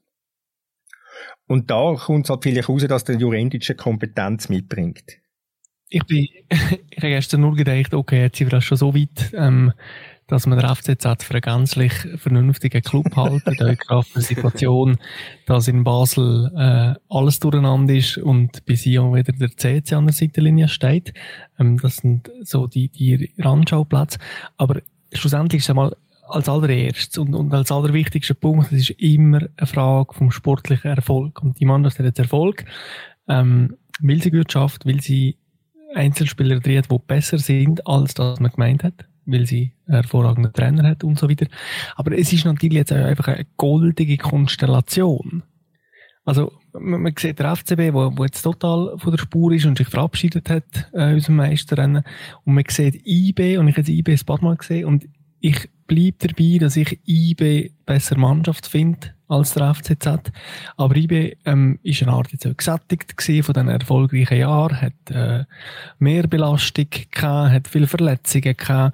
Und da kommt es halt vielleicht raus, dass der Jurendic eine Kompetenz mitbringt. Ich habe gestern nur gedacht, okay, jetzt sind wir das schon so weit, dass man der FCZ für einen gänzlich vernünftigen Club halten. Da ist gerade eine Situation, dass in Basel alles durcheinander ist und bei Sion wieder der CC an der Seitenlinie steht. Das sind so die Randschauplätze. Aber schlussendlich ist es einmal als allererstes und als allerwichtigster Punkt, das ist immer eine Frage vom sportlichen Erfolg. Und die Mannschaft hat jetzt Erfolg, weil sie gut schafft, weil sie Einzelspieler drin hat, die besser sind, als das man gemeint hat, weil sie einen hervorragenden Trainer hat und so weiter. Aber es ist natürlich jetzt einfach eine goldige Konstellation. Also, man sieht der FCB, wo jetzt total von der Spur ist und sich verabschiedet hat, unserem Meisterrennen. Und man sieht IB, und ich habe IB ein paar Mal gesehen, und ich bleibe dabei, dass ich IB besser Mannschaft finde als der FCZ. Aber IB ist eine Art jetzt auch gesättigt gewesen von diesen erfolgreichen Jahren, hat mehr Belastung gehabt, hat viele Verletzungen gehabt,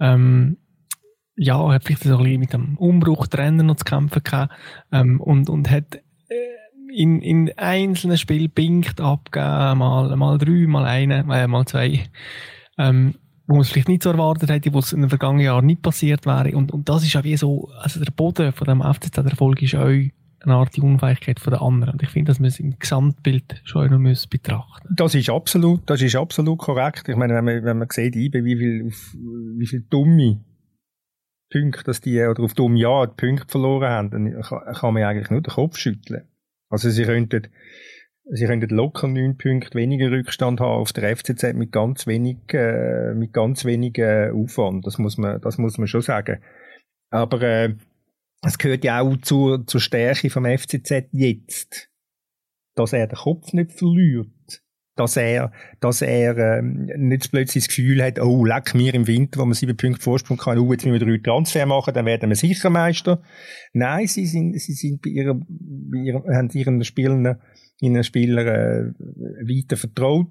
hat vielleicht so ein bisschen mit dem Umbruch Trainer noch zu kämpfen gehabt, und hat in einzelnen Spielen pinkt abgegeben, mal 3, mal 1, mal 2, wo man es vielleicht nicht so erwartet hätte, wo es in den vergangenen Jahren nicht passiert wäre. Und das ist ja wie so, also der Boden von dem FCZ-Erfolg ist auch eine Art die Unfähigkeit von der anderen. Und ich finde, dass man es im Gesamtbild schon noch betrachten muss. Das ist absolut korrekt. Ich meine, wenn man sieht, wie viel dumme Punkte, dass die, oder auf dumme Jahre die Punkte verloren haben, dann kann man eigentlich nur den Kopf schütteln. Also sie könnten locker 9 Punkte weniger Rückstand haben auf der FCZ mit ganz wenig Aufwand. Das muss man schon sagen. Aber es gehört ja auch zur Stärke vom FCZ jetzt, dass er den Kopf nicht verliert. Dass er nicht plötzlich das Gefühl hat, oh, leck mir im Winter, wo man 7 Punkte Vorsprung kann, jetzt müssen wir 3 Transfer machen, dann werden wir sicher Meister. Nein, sie sind haben ihren Spielern weiter vertraut,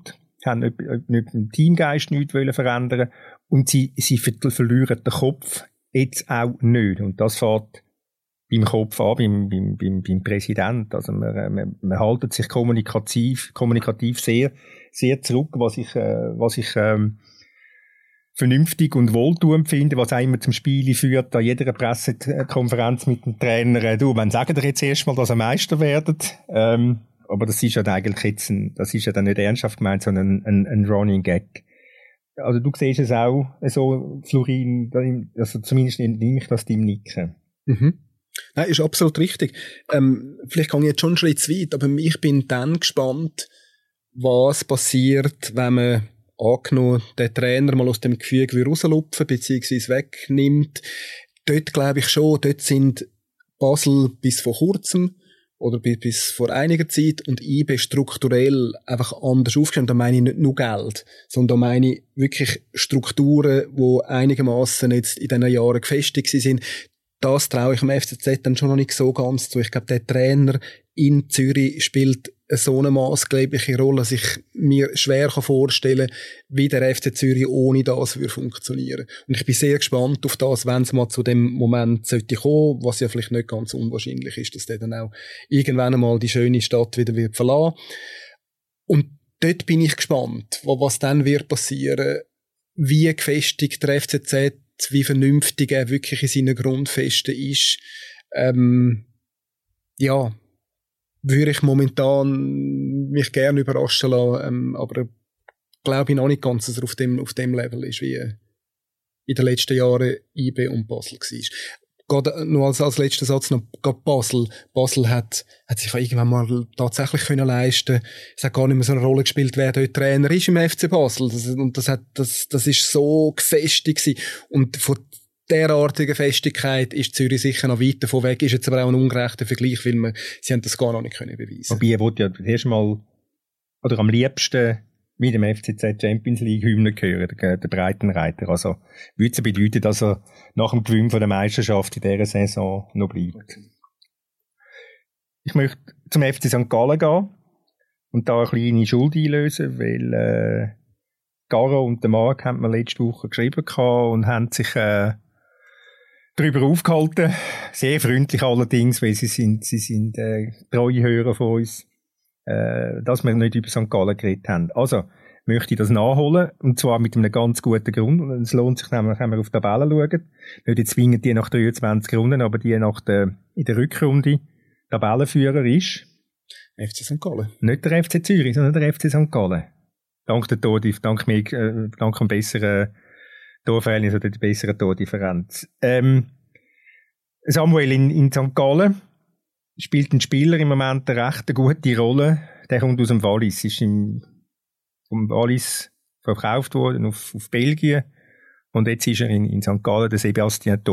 Sie haben nicht im Teamgeist nichts verändern und sie verlieren den Kopf jetzt auch nicht. Und das fährt beim Kopf an, beim Präsident. Also man haltet sich kommunikativ sehr, sehr zurück, was ich vernünftig und wohltuend finde, was auch immer zum Spiel führt, an jeder Pressekonferenz mit dem Trainer, wenn sagen doch jetzt erstmal, dass ihr Meister werdet. Aber das ist ja eigentlich jetzt das ist ja dann nicht ernsthaft gemeint, sondern ein Running Gag. Also du siehst es auch so, Florin, also zumindest nehme ich das deinem Nicken. Mhm. Nein, ist absolut richtig. Vielleicht gehe ich jetzt schon einen Schritt zu weit, aber ich bin dann gespannt, was passiert, wenn man angenommen den Trainer mal aus dem Gefüge rauslupfen beziehungsweise wegnimmt. Dort glaube ich schon, dort sind Basel bis vor kurzem oder bis vor einiger Zeit und IB strukturell einfach anders aufgestellt. Da meine ich nicht nur Geld, sondern da meine ich wirklich Strukturen, die einigermaßen jetzt in diesen Jahren gefestigt sind. Das traue ich dem FCZ dann schon noch nicht so ganz zu. Ich glaube, der Trainer in Zürich spielt so eine maßgebliche Rolle, dass ich mir schwer vorstellen kann, wie der FC Zürich ohne das würde funktionieren. Und ich bin sehr gespannt auf das, wenn es mal zu dem Moment sollte kommen, was ja vielleicht nicht ganz unwahrscheinlich ist, dass der dann auch irgendwann einmal die schöne Stadt wieder wird verlassen. Und dort bin ich gespannt, was dann wird passieren, wie gefestigt der FCZ, wie vernünftig er wirklich in seinen Grundfesten ist. Ja, würde ich momentan mich gerne überraschen lassen, aber glaube ich noch nicht ganz, dass er auf dem Level ist, wie in den letzten Jahren IB und Basel war. Gerade nur als letzter Satz noch, gerade Basel. Basel hat sich irgendwann mal tatsächlich können leisten. Es hat gar nicht mehr so eine Rolle gespielt, wer dort Trainer ist im FC Basel. Das ist so gefestigt gewesen. Und von derartigen Festigkeit ist Zürich sicher noch weit davon weg, ist jetzt aber auch ein ungerechter Vergleich, weil sie haben das gar noch nicht können beweisen. Wobei, er wollte ja das erste Mal, oder am liebsten mit dem FCZ Champions League Hymne hören, der Breitenreiter. Also, würde es bedeuten, dass er nach dem Gewinn von der Meisterschaft in dieser Saison noch bleibt. Ich möchte zum FC St. Gallen gehen und da eine kleine Schuld einlösen, weil Garo und der Marc haben mir letzte Woche geschrieben und haben sich darüber aufgehalten. Sehr freundlich allerdings, weil sie sind treue Hörer von uns, dass wir nicht über St. Gallen geredet haben. Also, möchte ich das nachholen, und zwar mit einem ganz guten Grund. Und es lohnt sich nämlich, wenn wir auf die Tabelle schauen. Nicht jetzt zwingend die nach 23 Runden, aber die in der Rückrunde Tabellenführer ist. FC St. Gallen. Nicht der FC Zürich, sondern der FC St. Gallen. Dank dem besseren Torverhältnis oder der besseren Tordifferenz. Samuel in St. Gallen spielt ein Spieler im Moment eine recht gute Rolle. Der kommt aus dem Wallis, ist vom Wallis verkauft worden auf Belgien. Und jetzt ist er in St. Gallen, der Bastien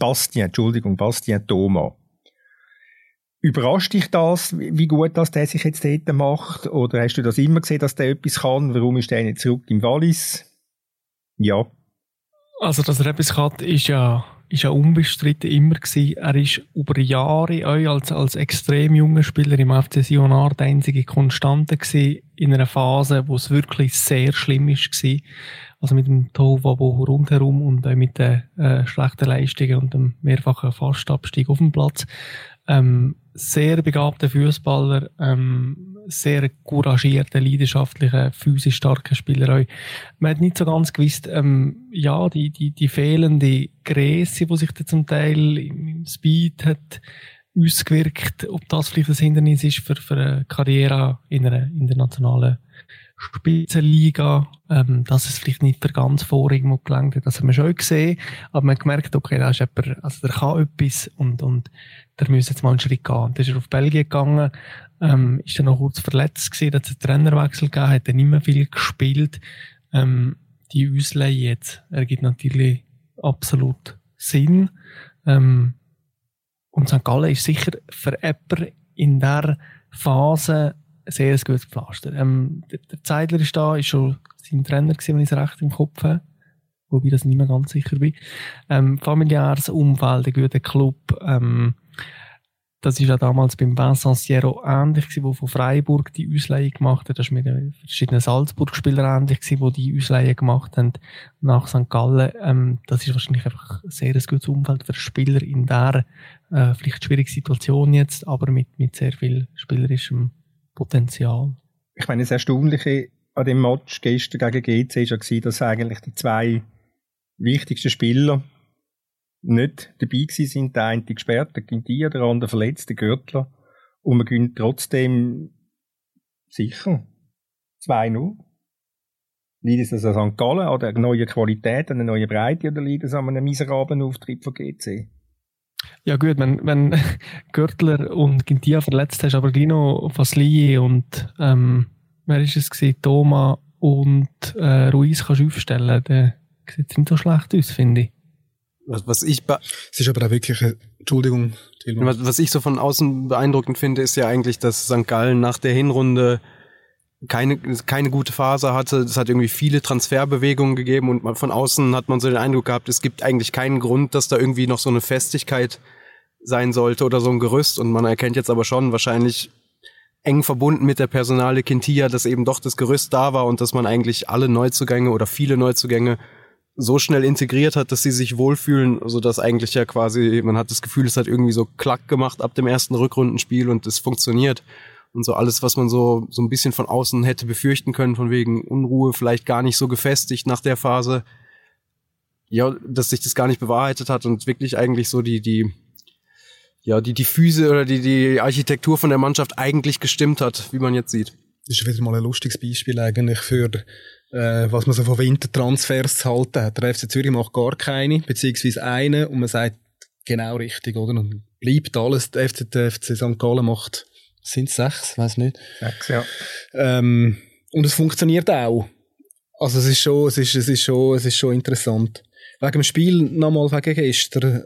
Thomas. Überrascht dich das, wie gut das der sich jetzt dort macht? Oder hast du das immer gesehen, dass der etwas kann? Warum ist der nicht zurück im Wallis? Ja. Also, dass er etwas kann, ist ja unbestritten immer gewesen. Er ist über Jahre auch als extrem junger Spieler im FC Sionard der einzige Konstante gewesen, in einer Phase, wo es wirklich sehr schlimm war. Also mit dem Tohuwabohu rundherum und auch mit den schlechten Leistungen und dem mehrfachen Fastabstieg auf dem Platz. Sehr begabter Fußballer, sehr couragierter, leidenschaftlicher, physisch starker Spieler auch. Man hat nicht so ganz gewusst, die fehlende Größe, die sich da zum Teil im Speed hat ausgewirkt, ob das vielleicht ein Hindernis ist für eine Karriere in einer internationalen Spitzenliga, dass es vielleicht nicht der ganz irgendwo gelangt hat. Das haben wir schon gesehen, aber man hat gemerkt, okay, da ist jemand, also der kann etwas und der muss jetzt mal einen Schritt gehen. Dann ist er auf Belgien gegangen, ist dann noch kurz verletzt gewesen, da hat es einen Trainerwechsel gegeben, hat dann nicht mehr viel gespielt. Die Ausleihe jetzt ergibt natürlich absolut Sinn. Und St. Gallen ist sicher für jemanden in dieser Phase ein sehr gutes Pflaster. Der Zeidler ist da, ist schon sein Trainer gewesen, wenn ich es recht im Kopf habe. Wobei ich das nicht mehr ganz sicher bin. Familiäres Umfeld, ein guter Club. das ist ja damals beim Vincent Sierro ähnlich gewesen, wo von Freiburg die Ausleihe gemacht hat. Das war mit den verschiedenen Salzburg-Spielern ähnlich gewesen, wo die Ausleihe gemacht haben nach St. Gallen. Das ist wahrscheinlich einfach ein sehr gutes Umfeld für Spieler in der vielleicht schwierigen Situation jetzt, aber mit sehr viel spielerischem Potenzial. Ich meine, das Erstaunliche an dem Match gestern gegen GC war ja, dass eigentlich die zwei wichtigsten Spieler nicht dabei gewesen sind. Der eine gesperrt, der Quintia, der andere verletzt, der Görtler. Und man gewinnt trotzdem sicher 2-0. Liegt es also an St. Gallen, an der neuen Qualität, an der neuen Breite, oder liegt es an einem miserablen Auftritt von GC? Ja gut, wenn Görtler und Quintia verletzt hast, aber Dino Fasli und wer ist es gewesen? Thomas und Ruiz kannst du aufstellen, dann sieht es nicht so schlecht aus, finde ich. Es ist aber auch wirklich, Entschuldigung, was ich so von außen beeindruckend finde, ist ja eigentlich, dass St. Gallen nach der Hinrunde keine gute Phase hatte. Es hat irgendwie viele Transferbewegungen gegeben und von außen hat man so den Eindruck gehabt, es gibt eigentlich keinen Grund, dass da irgendwie noch so eine Festigkeit sein sollte oder so ein Gerüst. Und man erkennt jetzt aber schon wahrscheinlich eng verbunden mit der Personale Quintia, dass eben doch das Gerüst da war und dass man eigentlich alle Neuzugänge oder viele Neuzugänge so schnell integriert hat, dass sie sich wohlfühlen, also dass eigentlich ja quasi, man hat das Gefühl, es hat irgendwie so Klack gemacht ab dem ersten Rückrundenspiel und es funktioniert. Und so alles, was man so ein bisschen von außen hätte befürchten können, von wegen Unruhe, vielleicht gar nicht so gefestigt nach der Phase, ja, dass sich das gar nicht bewahrheitet hat und wirklich eigentlich so die Füße oder die Architektur von der Mannschaft eigentlich gestimmt hat, wie man jetzt sieht. Das ist wieder mal ein lustiges Beispiel eigentlich für was man so von Wintertransfers zu halten hat. Der FC Zürich macht gar keine, beziehungsweise eine, und man sagt genau richtig, oder? Und bleibt alles. Der FC St. Gallen macht, sind es 6? Weiss nicht. 6, ja. Und es funktioniert auch. Also es ist schon interessant. Wegen dem Spiel nochmal wegen gestern.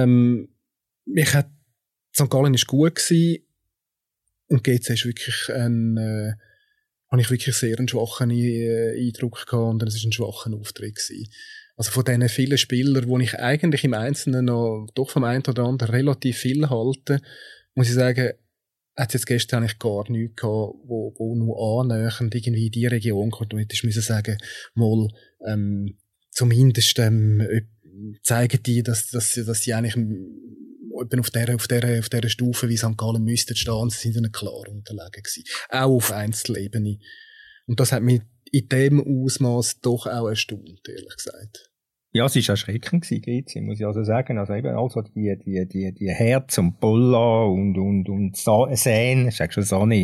St. Gallen ist gut gewesen und GC ist wirklich habe ich wirklich sehr einen schwachen Eindruck gehabt und es ist ein schwacher Auftritt gewesen. Also von diesen vielen Spielern, wo ich eigentlich im Einzelnen noch doch vom einen oder anderen relativ viel halte, muss ich sagen, hat es jetzt gestern eigentlich gar nichts gehabt, wo nur annähernd irgendwie in die Region kommt. Und ich muss sagen, mal zumindest zeigen die, dass sie eigentlich auf dieser Stufe wie St. Gallen müssten stehen, sie sind ihnen klar unterlegen gewesen. Auch auf Einzelebene. Und das hat mich in dem Ausmaß doch auch erstaunt, ehrlich gesagt. Ja, es war erschreckend gewesen, GC, muss ich also sagen. Also eben, also die Herz und Bolla und Sen, ich sag schon Sane,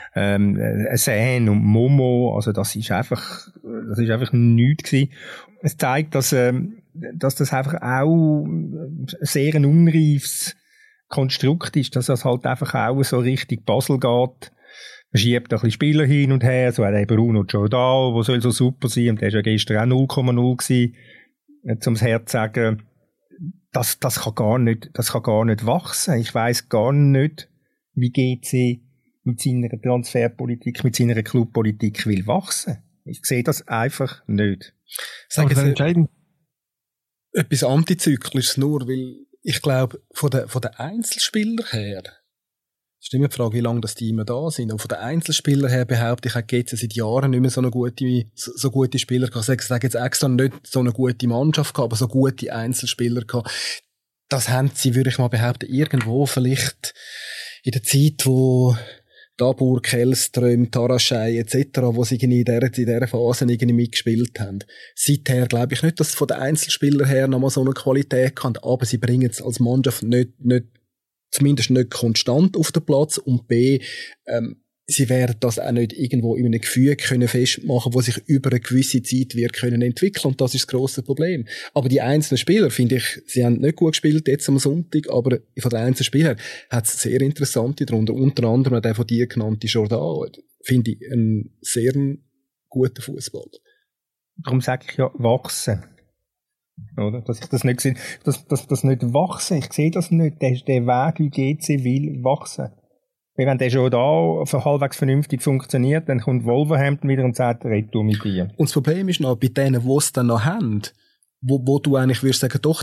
Sen und Momo, also das ist einfach nichts gewesen. Es zeigt, dass das einfach auch sehr ein unreifes Konstrukt ist, dass das halt einfach auch so richtig Basel geht. Man schiebt ein bisschen Spieler hin und her, so der Bruno Giordano, der soll so super sein, und der ist ja gestern auch 0,0 gewesen, zum Herz sagen, das kann gar nicht wachsen. Ich weiss gar nicht, wie GC mit seiner Transferpolitik, mit seiner Clubpolitik will wachsen. Ich sehe das einfach nicht. Sagen Sie entscheidend etwas Antizyklisches nur, weil ich glaube, von den Einzelspielern her, das ist immer die Frage, wie lange das die immer da sind, aber von den Einzelspielern her behaupte ich, hat jetzt seit Jahren nicht mehr so gute Spieler gehabt. Ich sage jetzt extra nicht so eine gute Mannschaft gehabt, aber so gute Einzelspieler gehabt. Das haben sie, würde ich mal behaupten, irgendwo vielleicht in der Zeit, wo Dabur, Kellström, Taraschei etc., wo sie in dieser Phase irgendwie mitgespielt haben. Seither glaube ich nicht, dass sie von den Einzelspielern her nochmal so eine Qualität haben, aber sie bringen es als Mannschaft zumindest nicht konstant auf den Platz, und B, sie werden das auch nicht irgendwo in einem Gefühl können festmachen, wo sich über eine gewisse Zeit wird können entwickeln, und das ist das grosse Problem. Aber die einzelnen Spieler, finde ich, sie haben nicht gut gespielt jetzt am Sonntag, aber von den einzelnen Spielern hat es sehr interessante darunter, unter anderem der von dir genannte Giordano, finde ich einen sehr guten Fußball. Darum sage ich ja, wachsen. Oder? Dass ich das nicht sehe, dass das nicht wachsen. Ich sehe das nicht. Der Weg, wie GC will, wachsen. Weil wenn der schon da halbwegs vernünftig funktioniert, dann kommt Wolverhampton wieder und sagt, retour mit dir. Und das Problem ist noch, bei denen, die es dann noch haben, wo du eigentlich würdest sagen, doch,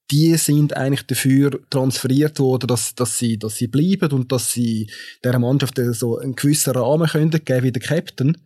die sind eigentlich dafür transferiert worden, dass sie bleiben und dass sie dieser Mannschaft so einen gewissen Rahmen können geben wie der Captain.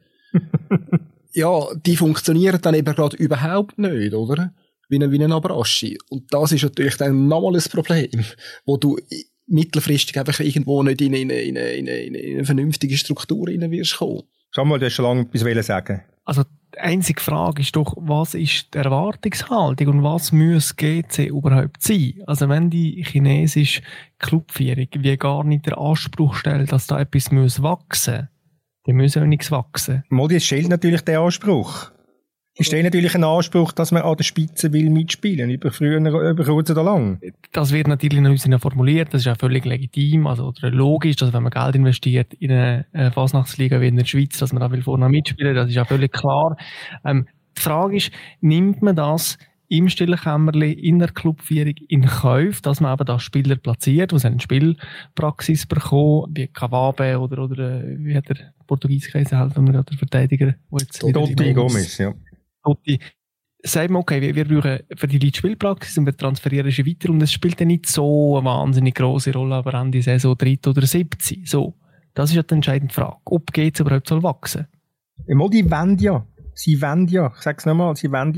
Ja, die funktionieren dann eben gerade überhaupt nicht, oder? Wie ein Abraschi. Und das ist natürlich dann nochmal ein Problem, wo du mittelfristig einfach irgendwo nicht in eine vernünftige Struktur rein wirst kommen. Samuel, du hast schon lange etwas sagen. Also die einzige Frage ist doch, was ist die Erwartungshaltung und was muss GC überhaupt sein? Also wenn die chinesische Clubführung wie gar nicht den Anspruch stellt, dass da etwas wachsen muss, dann muss auch nichts wachsen. Modi, es stellt natürlich den Anspruch. Es stellt natürlich einen Anspruch, dass man an der Spitze will mitspielen, über kurz oder lang. Das wird natürlich noch nicht formuliert, das ist ja völlig legitim, also oder logisch, dass wenn man Geld investiert in eine Fasnachtsliga wie in der Schweiz, dass man da will vorne mitspielen, das ist ja völlig klar. Die Frage ist, nimmt man das im stillen Kämmerli in der Clubführung in Kauf, dass man eben da Spieler platziert, die eine Spielpraxis bekommen, wie Kawabe oder wie hat der Portugies geheißen, der Verteidiger, der jetzt Totti Gomes, ja. Totti, sagt man, okay, wir brauchen für die Leute Spielpraxis und wir transferieren sie weiter und es spielt dann nicht so eine wahnsinnig grosse Rolle, aber Ende Saison 3. oder 17. So, das ist ja die entscheidende Frage. Ob GC überhaupt soll wachsen? Die wollen ja. Sie wollen ja, ich sag's nochmal, haben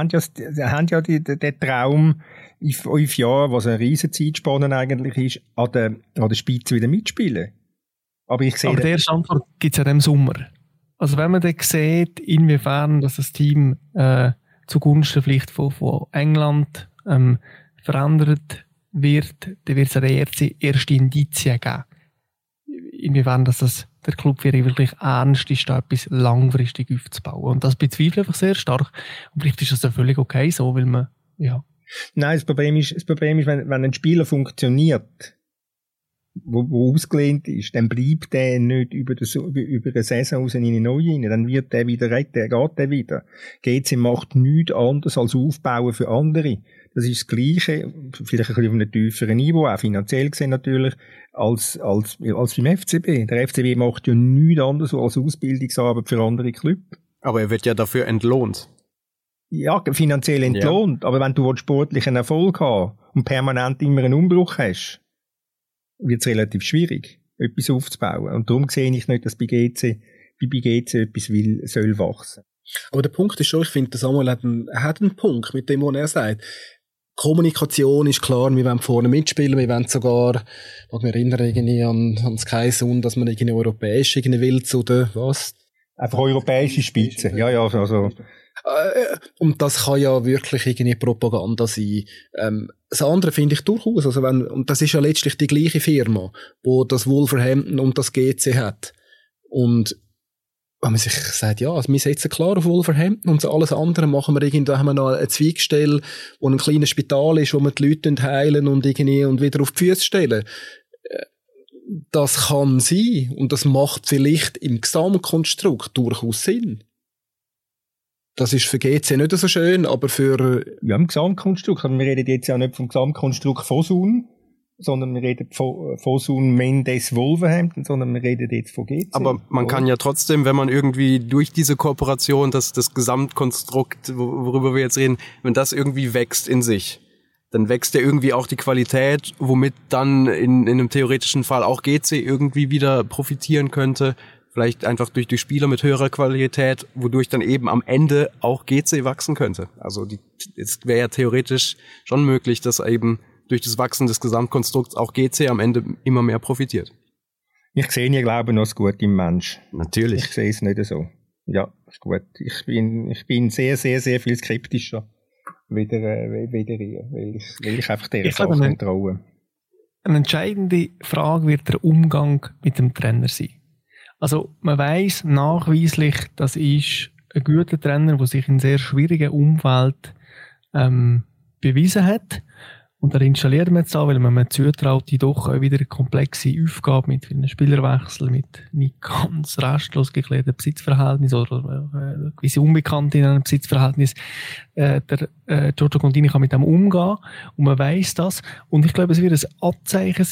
ja den Traum in 5 Jahren, was eine riesen Zeitspanne eigentlich ist, an der Spitze wieder mitspielen. Aber ich sehe. Aber der Standort gibt's ja im Sommer. Also wenn man dann sieht, inwiefern dass das Team zugunsten vielleicht von England verändert wird, dann wird es eine erste Indizien geben. Inwiefern dass das der Club wirklich ernst ist, da etwas langfristig aufzubauen. Und das bezweifle ich sehr stark. Und vielleicht ist das ja völlig okay so, weil man, ja. Nein, das Problem ist, wenn ein Spieler funktioniert, wo ausgelehnt ist, dann bleibt der nicht über eine Saison raus in eine neue rein. Dann wird der wieder retten, geht der wieder. GC macht nichts anderes als aufbauen für andere. Das ist das Gleiche, vielleicht ein bisschen auf einem tieferen Niveau, auch finanziell gesehen natürlich, als beim FCB. Der FCB macht ja nichts anderes als Ausbildungsarbeit für andere Clubs. Aber er wird ja dafür entlohnt. Ja, finanziell entlohnt. Ja. Aber wenn du sportlichen Erfolg haben und permanent immer einen Umbruch hast, wird es relativ schwierig, etwas aufzubauen. Und darum sehe ich nicht, dass bei GC etwas soll wachsen. Aber der Punkt ist schon, ich finde, Samuel hat einen Punkt mit dem, was er sagt. Kommunikation ist klar, wir wollen vorne mitspielen, wir wollen sogar, ich mag mich erinnern, irgendwie an Sky Sun, dass man irgendwie europäisch will zu der, was? Einfach europäische Spitze, ja, also. Und das kann ja wirklich irgendwie Propaganda sein. Das andere finde ich durchaus, also und das ist ja letztlich die gleiche Firma, wo das Wolverhampton und das GC hat. Und wenn man sich sagt, ja, also wir setzen klar auf Wolverhampton und alles andere machen wir irgendwie, da haben wir noch eine Zweigstelle, wo ein kleines Spital ist, wo wir die Leute heilen und irgendwie und wieder auf die Füße stellen. Das kann sein und das macht vielleicht im Gesamtkonstrukt durchaus Sinn. Das ist für GC nicht so schön, aber für... Ja, im Gesamtkonstrukt. Wir reden jetzt ja nicht vom Gesamtkonstrukt Fosun, sondern wir reden von Fosun Mendes Wolverhampton, sondern wir reden jetzt von GC. Aber man kann ja trotzdem, wenn man irgendwie durch diese Kooperation, das Gesamtkonstrukt, worüber wir jetzt reden, wenn das irgendwie wächst in sich, dann wächst ja irgendwie auch die Qualität, womit dann in einem theoretischen Fall auch GC irgendwie wieder profitieren könnte. Vielleicht einfach durch die Spieler mit höherer Qualität, wodurch dann eben am Ende auch GC wachsen könnte. Also es wäre ja theoretisch schon möglich, dass eben durch das Wachsen des Gesamtkonstrukts auch GC am Ende immer mehr profitiert. Ich sehe nie, glaube noch das Gute im Mensch. Natürlich. Ich sehe es nicht so. Ja, ist gut. Ich bin sehr, sehr, sehr viel skeptischer wieder ihr, weil ich einfach dieser Sache nicht traue. Eine entscheidende Frage wird der Umgang mit dem Trainer sein. Also man weiss nachweislich, das ist ein guter Trainer, der sich in sehr schwierigen Umfeld bewiesen hat. Und da installiert man jetzt auch, weil man mir zutraut, die doch auch wieder eine komplexe Aufgabe mit vielen Spielerwechsel, mit nicht ganz restlos geklärten Besitzverhältnissen oder gewisse Unbekannte in einem Besitzverhältnis. Der Giorgio Contini kann mit dem umgehen und man weiss das. Und ich glaube, es wird ein Abzeichen sein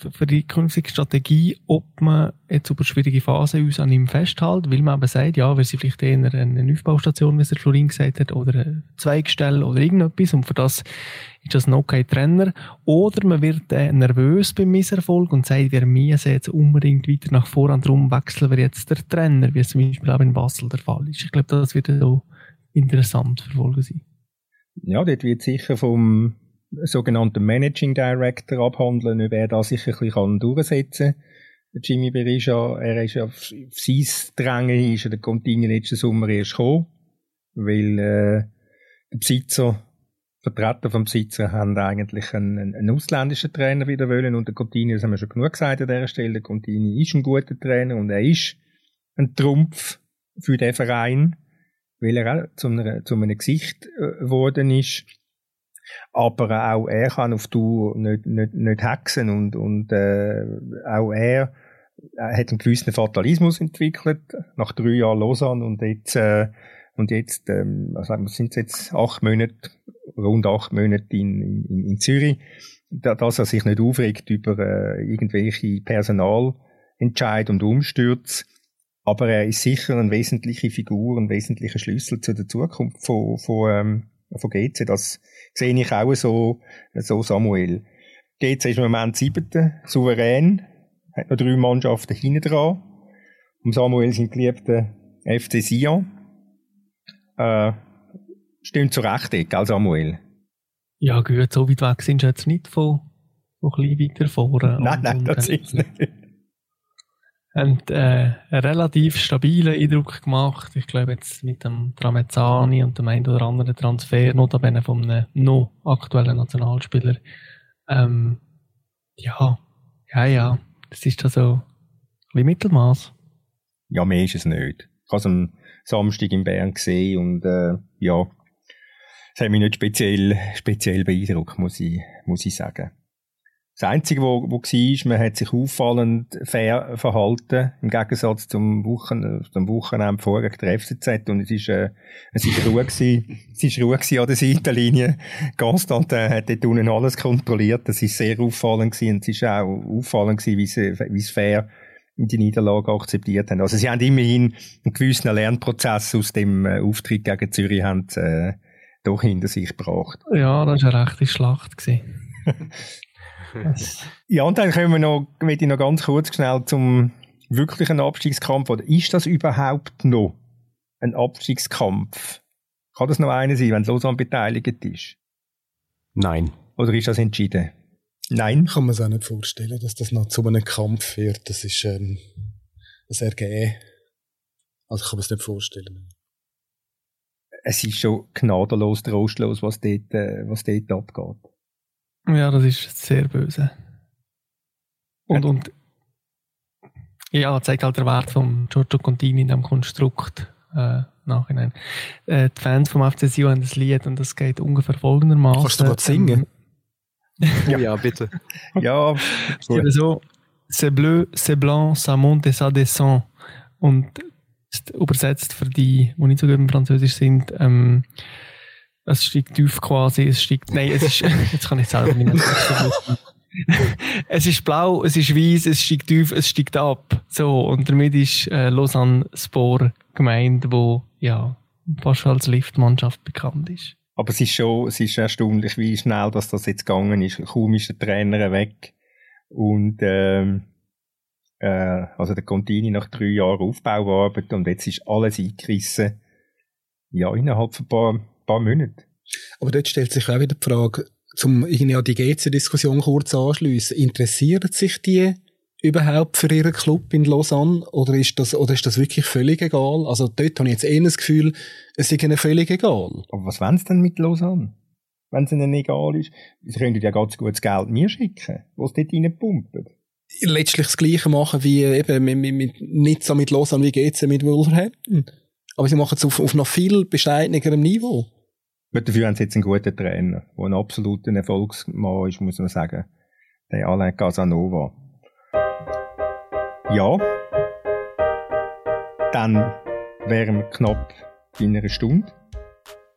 für die künftige Strategie, ob man jetzt über schwierige Phasen uns an ihm festhält, weil man eben sagt, ja, wir sind vielleicht eher eine Aufbaustation, wie es der Florin gesagt hat, oder eine Zweigstelle oder irgendetwas, und für das ist das noch kein Trainer. Oder man wird nervös beim Misserfolg und sagt, wir müssen jetzt unbedingt weiter nach vorne, darum wechseln wir jetzt den Trainer, wie es zum Beispiel auch in Basel der Fall ist. Ich glaube, das wird so interessant verfolgen sein. Ja, dort wird sicher vom sogenannten Managing Director abhandeln, ob er da sicher ein bisschen durchsetzen kann. Jimmy Berisha, er ist auf sein Drängen, ist der Contini letzten Sommer erst gekommen, weil der Besitzer, Vertreter vom Besitzer, haben eigentlich einen ausländischen Trainer wieder wollen, und der Contini, das haben wir schon genug gesagt an dieser Stelle, der Contini ist ein guter Trainer und er ist ein Trumpf für den Verein, weil er auch zu einem Gesicht geworden ist. Aber auch er kann auf Tour nicht hexen und auch er hat einen gewissen Fatalismus entwickelt nach 3 Jahren Lausanne und jetzt also sind es jetzt 8 Monate, rund 8 Monate in Zürich, dass er sich nicht aufregt über irgendwelche Personalentscheide und Umstürze, aber er ist sicher eine wesentliche Figur, ein wesentlicher Schlüssel zu der Zukunft von GC. Das sehe ich auch so Samuel. GC ist im Moment 7. souverän, hat noch 3 Mannschaften hinten dran. Und Samuel sind geliebte FC Sion. Stimmt zur Rechten, gell Samuel? Ja gut, so weit weg sind sie jetzt nicht von ein bisschen weiter vorne. Nein, das ist nicht. Haben einen relativ stabilen Eindruck gemacht. Ich glaube jetzt mit dem Tramezzani und dem einen oder anderen Transfer, notabene von einem noch aktuellen Nationalspieler. Ja. Das ist also ein bisschen Mittelmaß. Ja, mehr ist es nicht. Ich habe es am Samstag in Bern gesehen und ja, es hat mich nicht speziell beeindruckt, muss ich sagen. Das Einzige, wo war, man hat sich auffallend fair verhalten, im Gegensatz zum Wochenende vorher gegen der FCZ, und es ist Ruhe gewesen an der Seitenlinie. Constantin hat dort unten alles kontrolliert, das ist sehr auffallend gewesen, und es ist auch auffallend gewesen, wie es fair die Niederlage akzeptiert haben. Also sie haben immerhin einen gewissen Lernprozess aus dem Auftritt gegen Zürich doch hinter sich gebracht. Ja, das war eine rechte Schlacht gewesen. Ja, und dann möchte ich noch ganz kurz schnell zum wirklichen Abstiegskampf. Oder ist das überhaupt noch ein Abstiegskampf? Kann das noch einer sein, wenn Lausanne beteiligt ist? Nein. Oder ist das entschieden? Nein? Kann man sich auch nicht vorstellen, dass das noch zu einem Kampf wird. Das ist ein Ergehen. Also kann man es nicht vorstellen. Es ist schon gnadenlos, trostlos, was dort abgeht. Ja, das ist sehr böse. Und ja, zeigt halt der Wert von Giorgio Contini in diesem Konstrukt nachhinein. Die Fans vom FC Sion haben das Lied und das geht ungefähr folgendermaßen. Kannst du was singen? Ja, bitte. Ja, so, c'est bleu, c'est blanc, ça monte et ça descend. Und übersetzt für die nicht so gut im Französisch sind, es steigt tief quasi, nein, es ist, jetzt kann ich selber nicht mehr. Es ist blau, es ist weiss, es steigt tief, es steigt ab. So, und damit ist Lausanne Spor gemeint, wo, ja, fast als Liftmannschaft bekannt ist. Aber es ist erstaunlich, wie schnell das jetzt gegangen ist. Kaum ist der Trainer weg. Und, also der Contini nach 3 Jahren Aufbauarbeit, und jetzt ist alles eingerissen. Ja, innerhalb von ein paar Monate. Aber dort stellt sich auch wieder die Frage, zum irgendwie an die GC-Diskussion kurz anschliessen. Interessieren sich die überhaupt für ihren Club in Lausanne? Oder ist das wirklich völlig egal? Also dort habe ich jetzt das Gefühl, es ist ihnen völlig egal. Aber was wollen sie denn mit Lausanne? Wenn es ihnen egal ist? Sie können ja ganz gut das Geld mir schicken, was dort reinpumpen. Letztlich das Gleiche machen wie eben nicht so mit Lausanne wie GC mit Wolverhampton. Aber sie machen es auf noch viel bescheidenerem Niveau. Aber dafür haben sie jetzt einen guten Trainer, der ein absoluter Erfolgsmann ist, muss man sagen. Der Alain Casanova. Ja. Dann wären wir knapp in einer Stunde.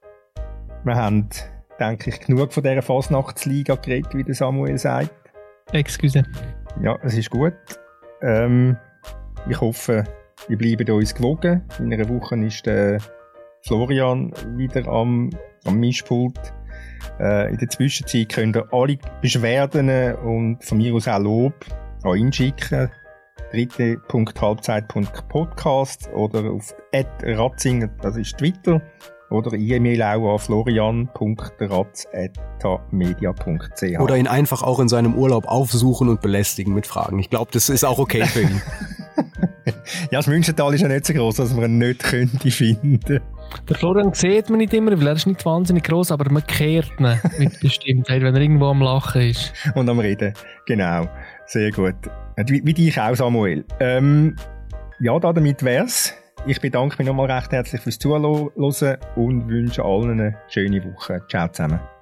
Wir haben, denke ich, genug von dieser Fasnachtsliga geredet, wie der Samuel sagt. Excuse. Ja, es ist gut. Ich hoffe, ihr bleibt uns gewogen. In einer Woche ist der Florian wieder am Mischpult. In der Zwischenzeit könnt ihr alle Beschwerden und von mir aus auch Lob an ihn schicken. dritte.halbzeit.podcast oder auf @ratzinger, das ist Twitter. Oder E-Mail auch an florian.ratz@media.ch. Oder ihn einfach auch in seinem Urlaub aufsuchen und belästigen mit Fragen. Ich glaube, das ist auch okay für ihn. Ja, das Münstertal ist ja nicht so gross, dass man ihn nicht könnte finden. Der Florian sieht man nicht immer, weil er ist nicht wahnsinnig gross, aber man kehrt ihn mit Bestimmtheit, wenn er irgendwo am Lachen ist. Und am Reden, genau. Sehr gut. Wie dich auch, Samuel. Ja, damit wär's. Ich bedanke mich nochmal recht herzlich fürs Zuhören und wünsche allen eine schöne Woche. Ciao zusammen.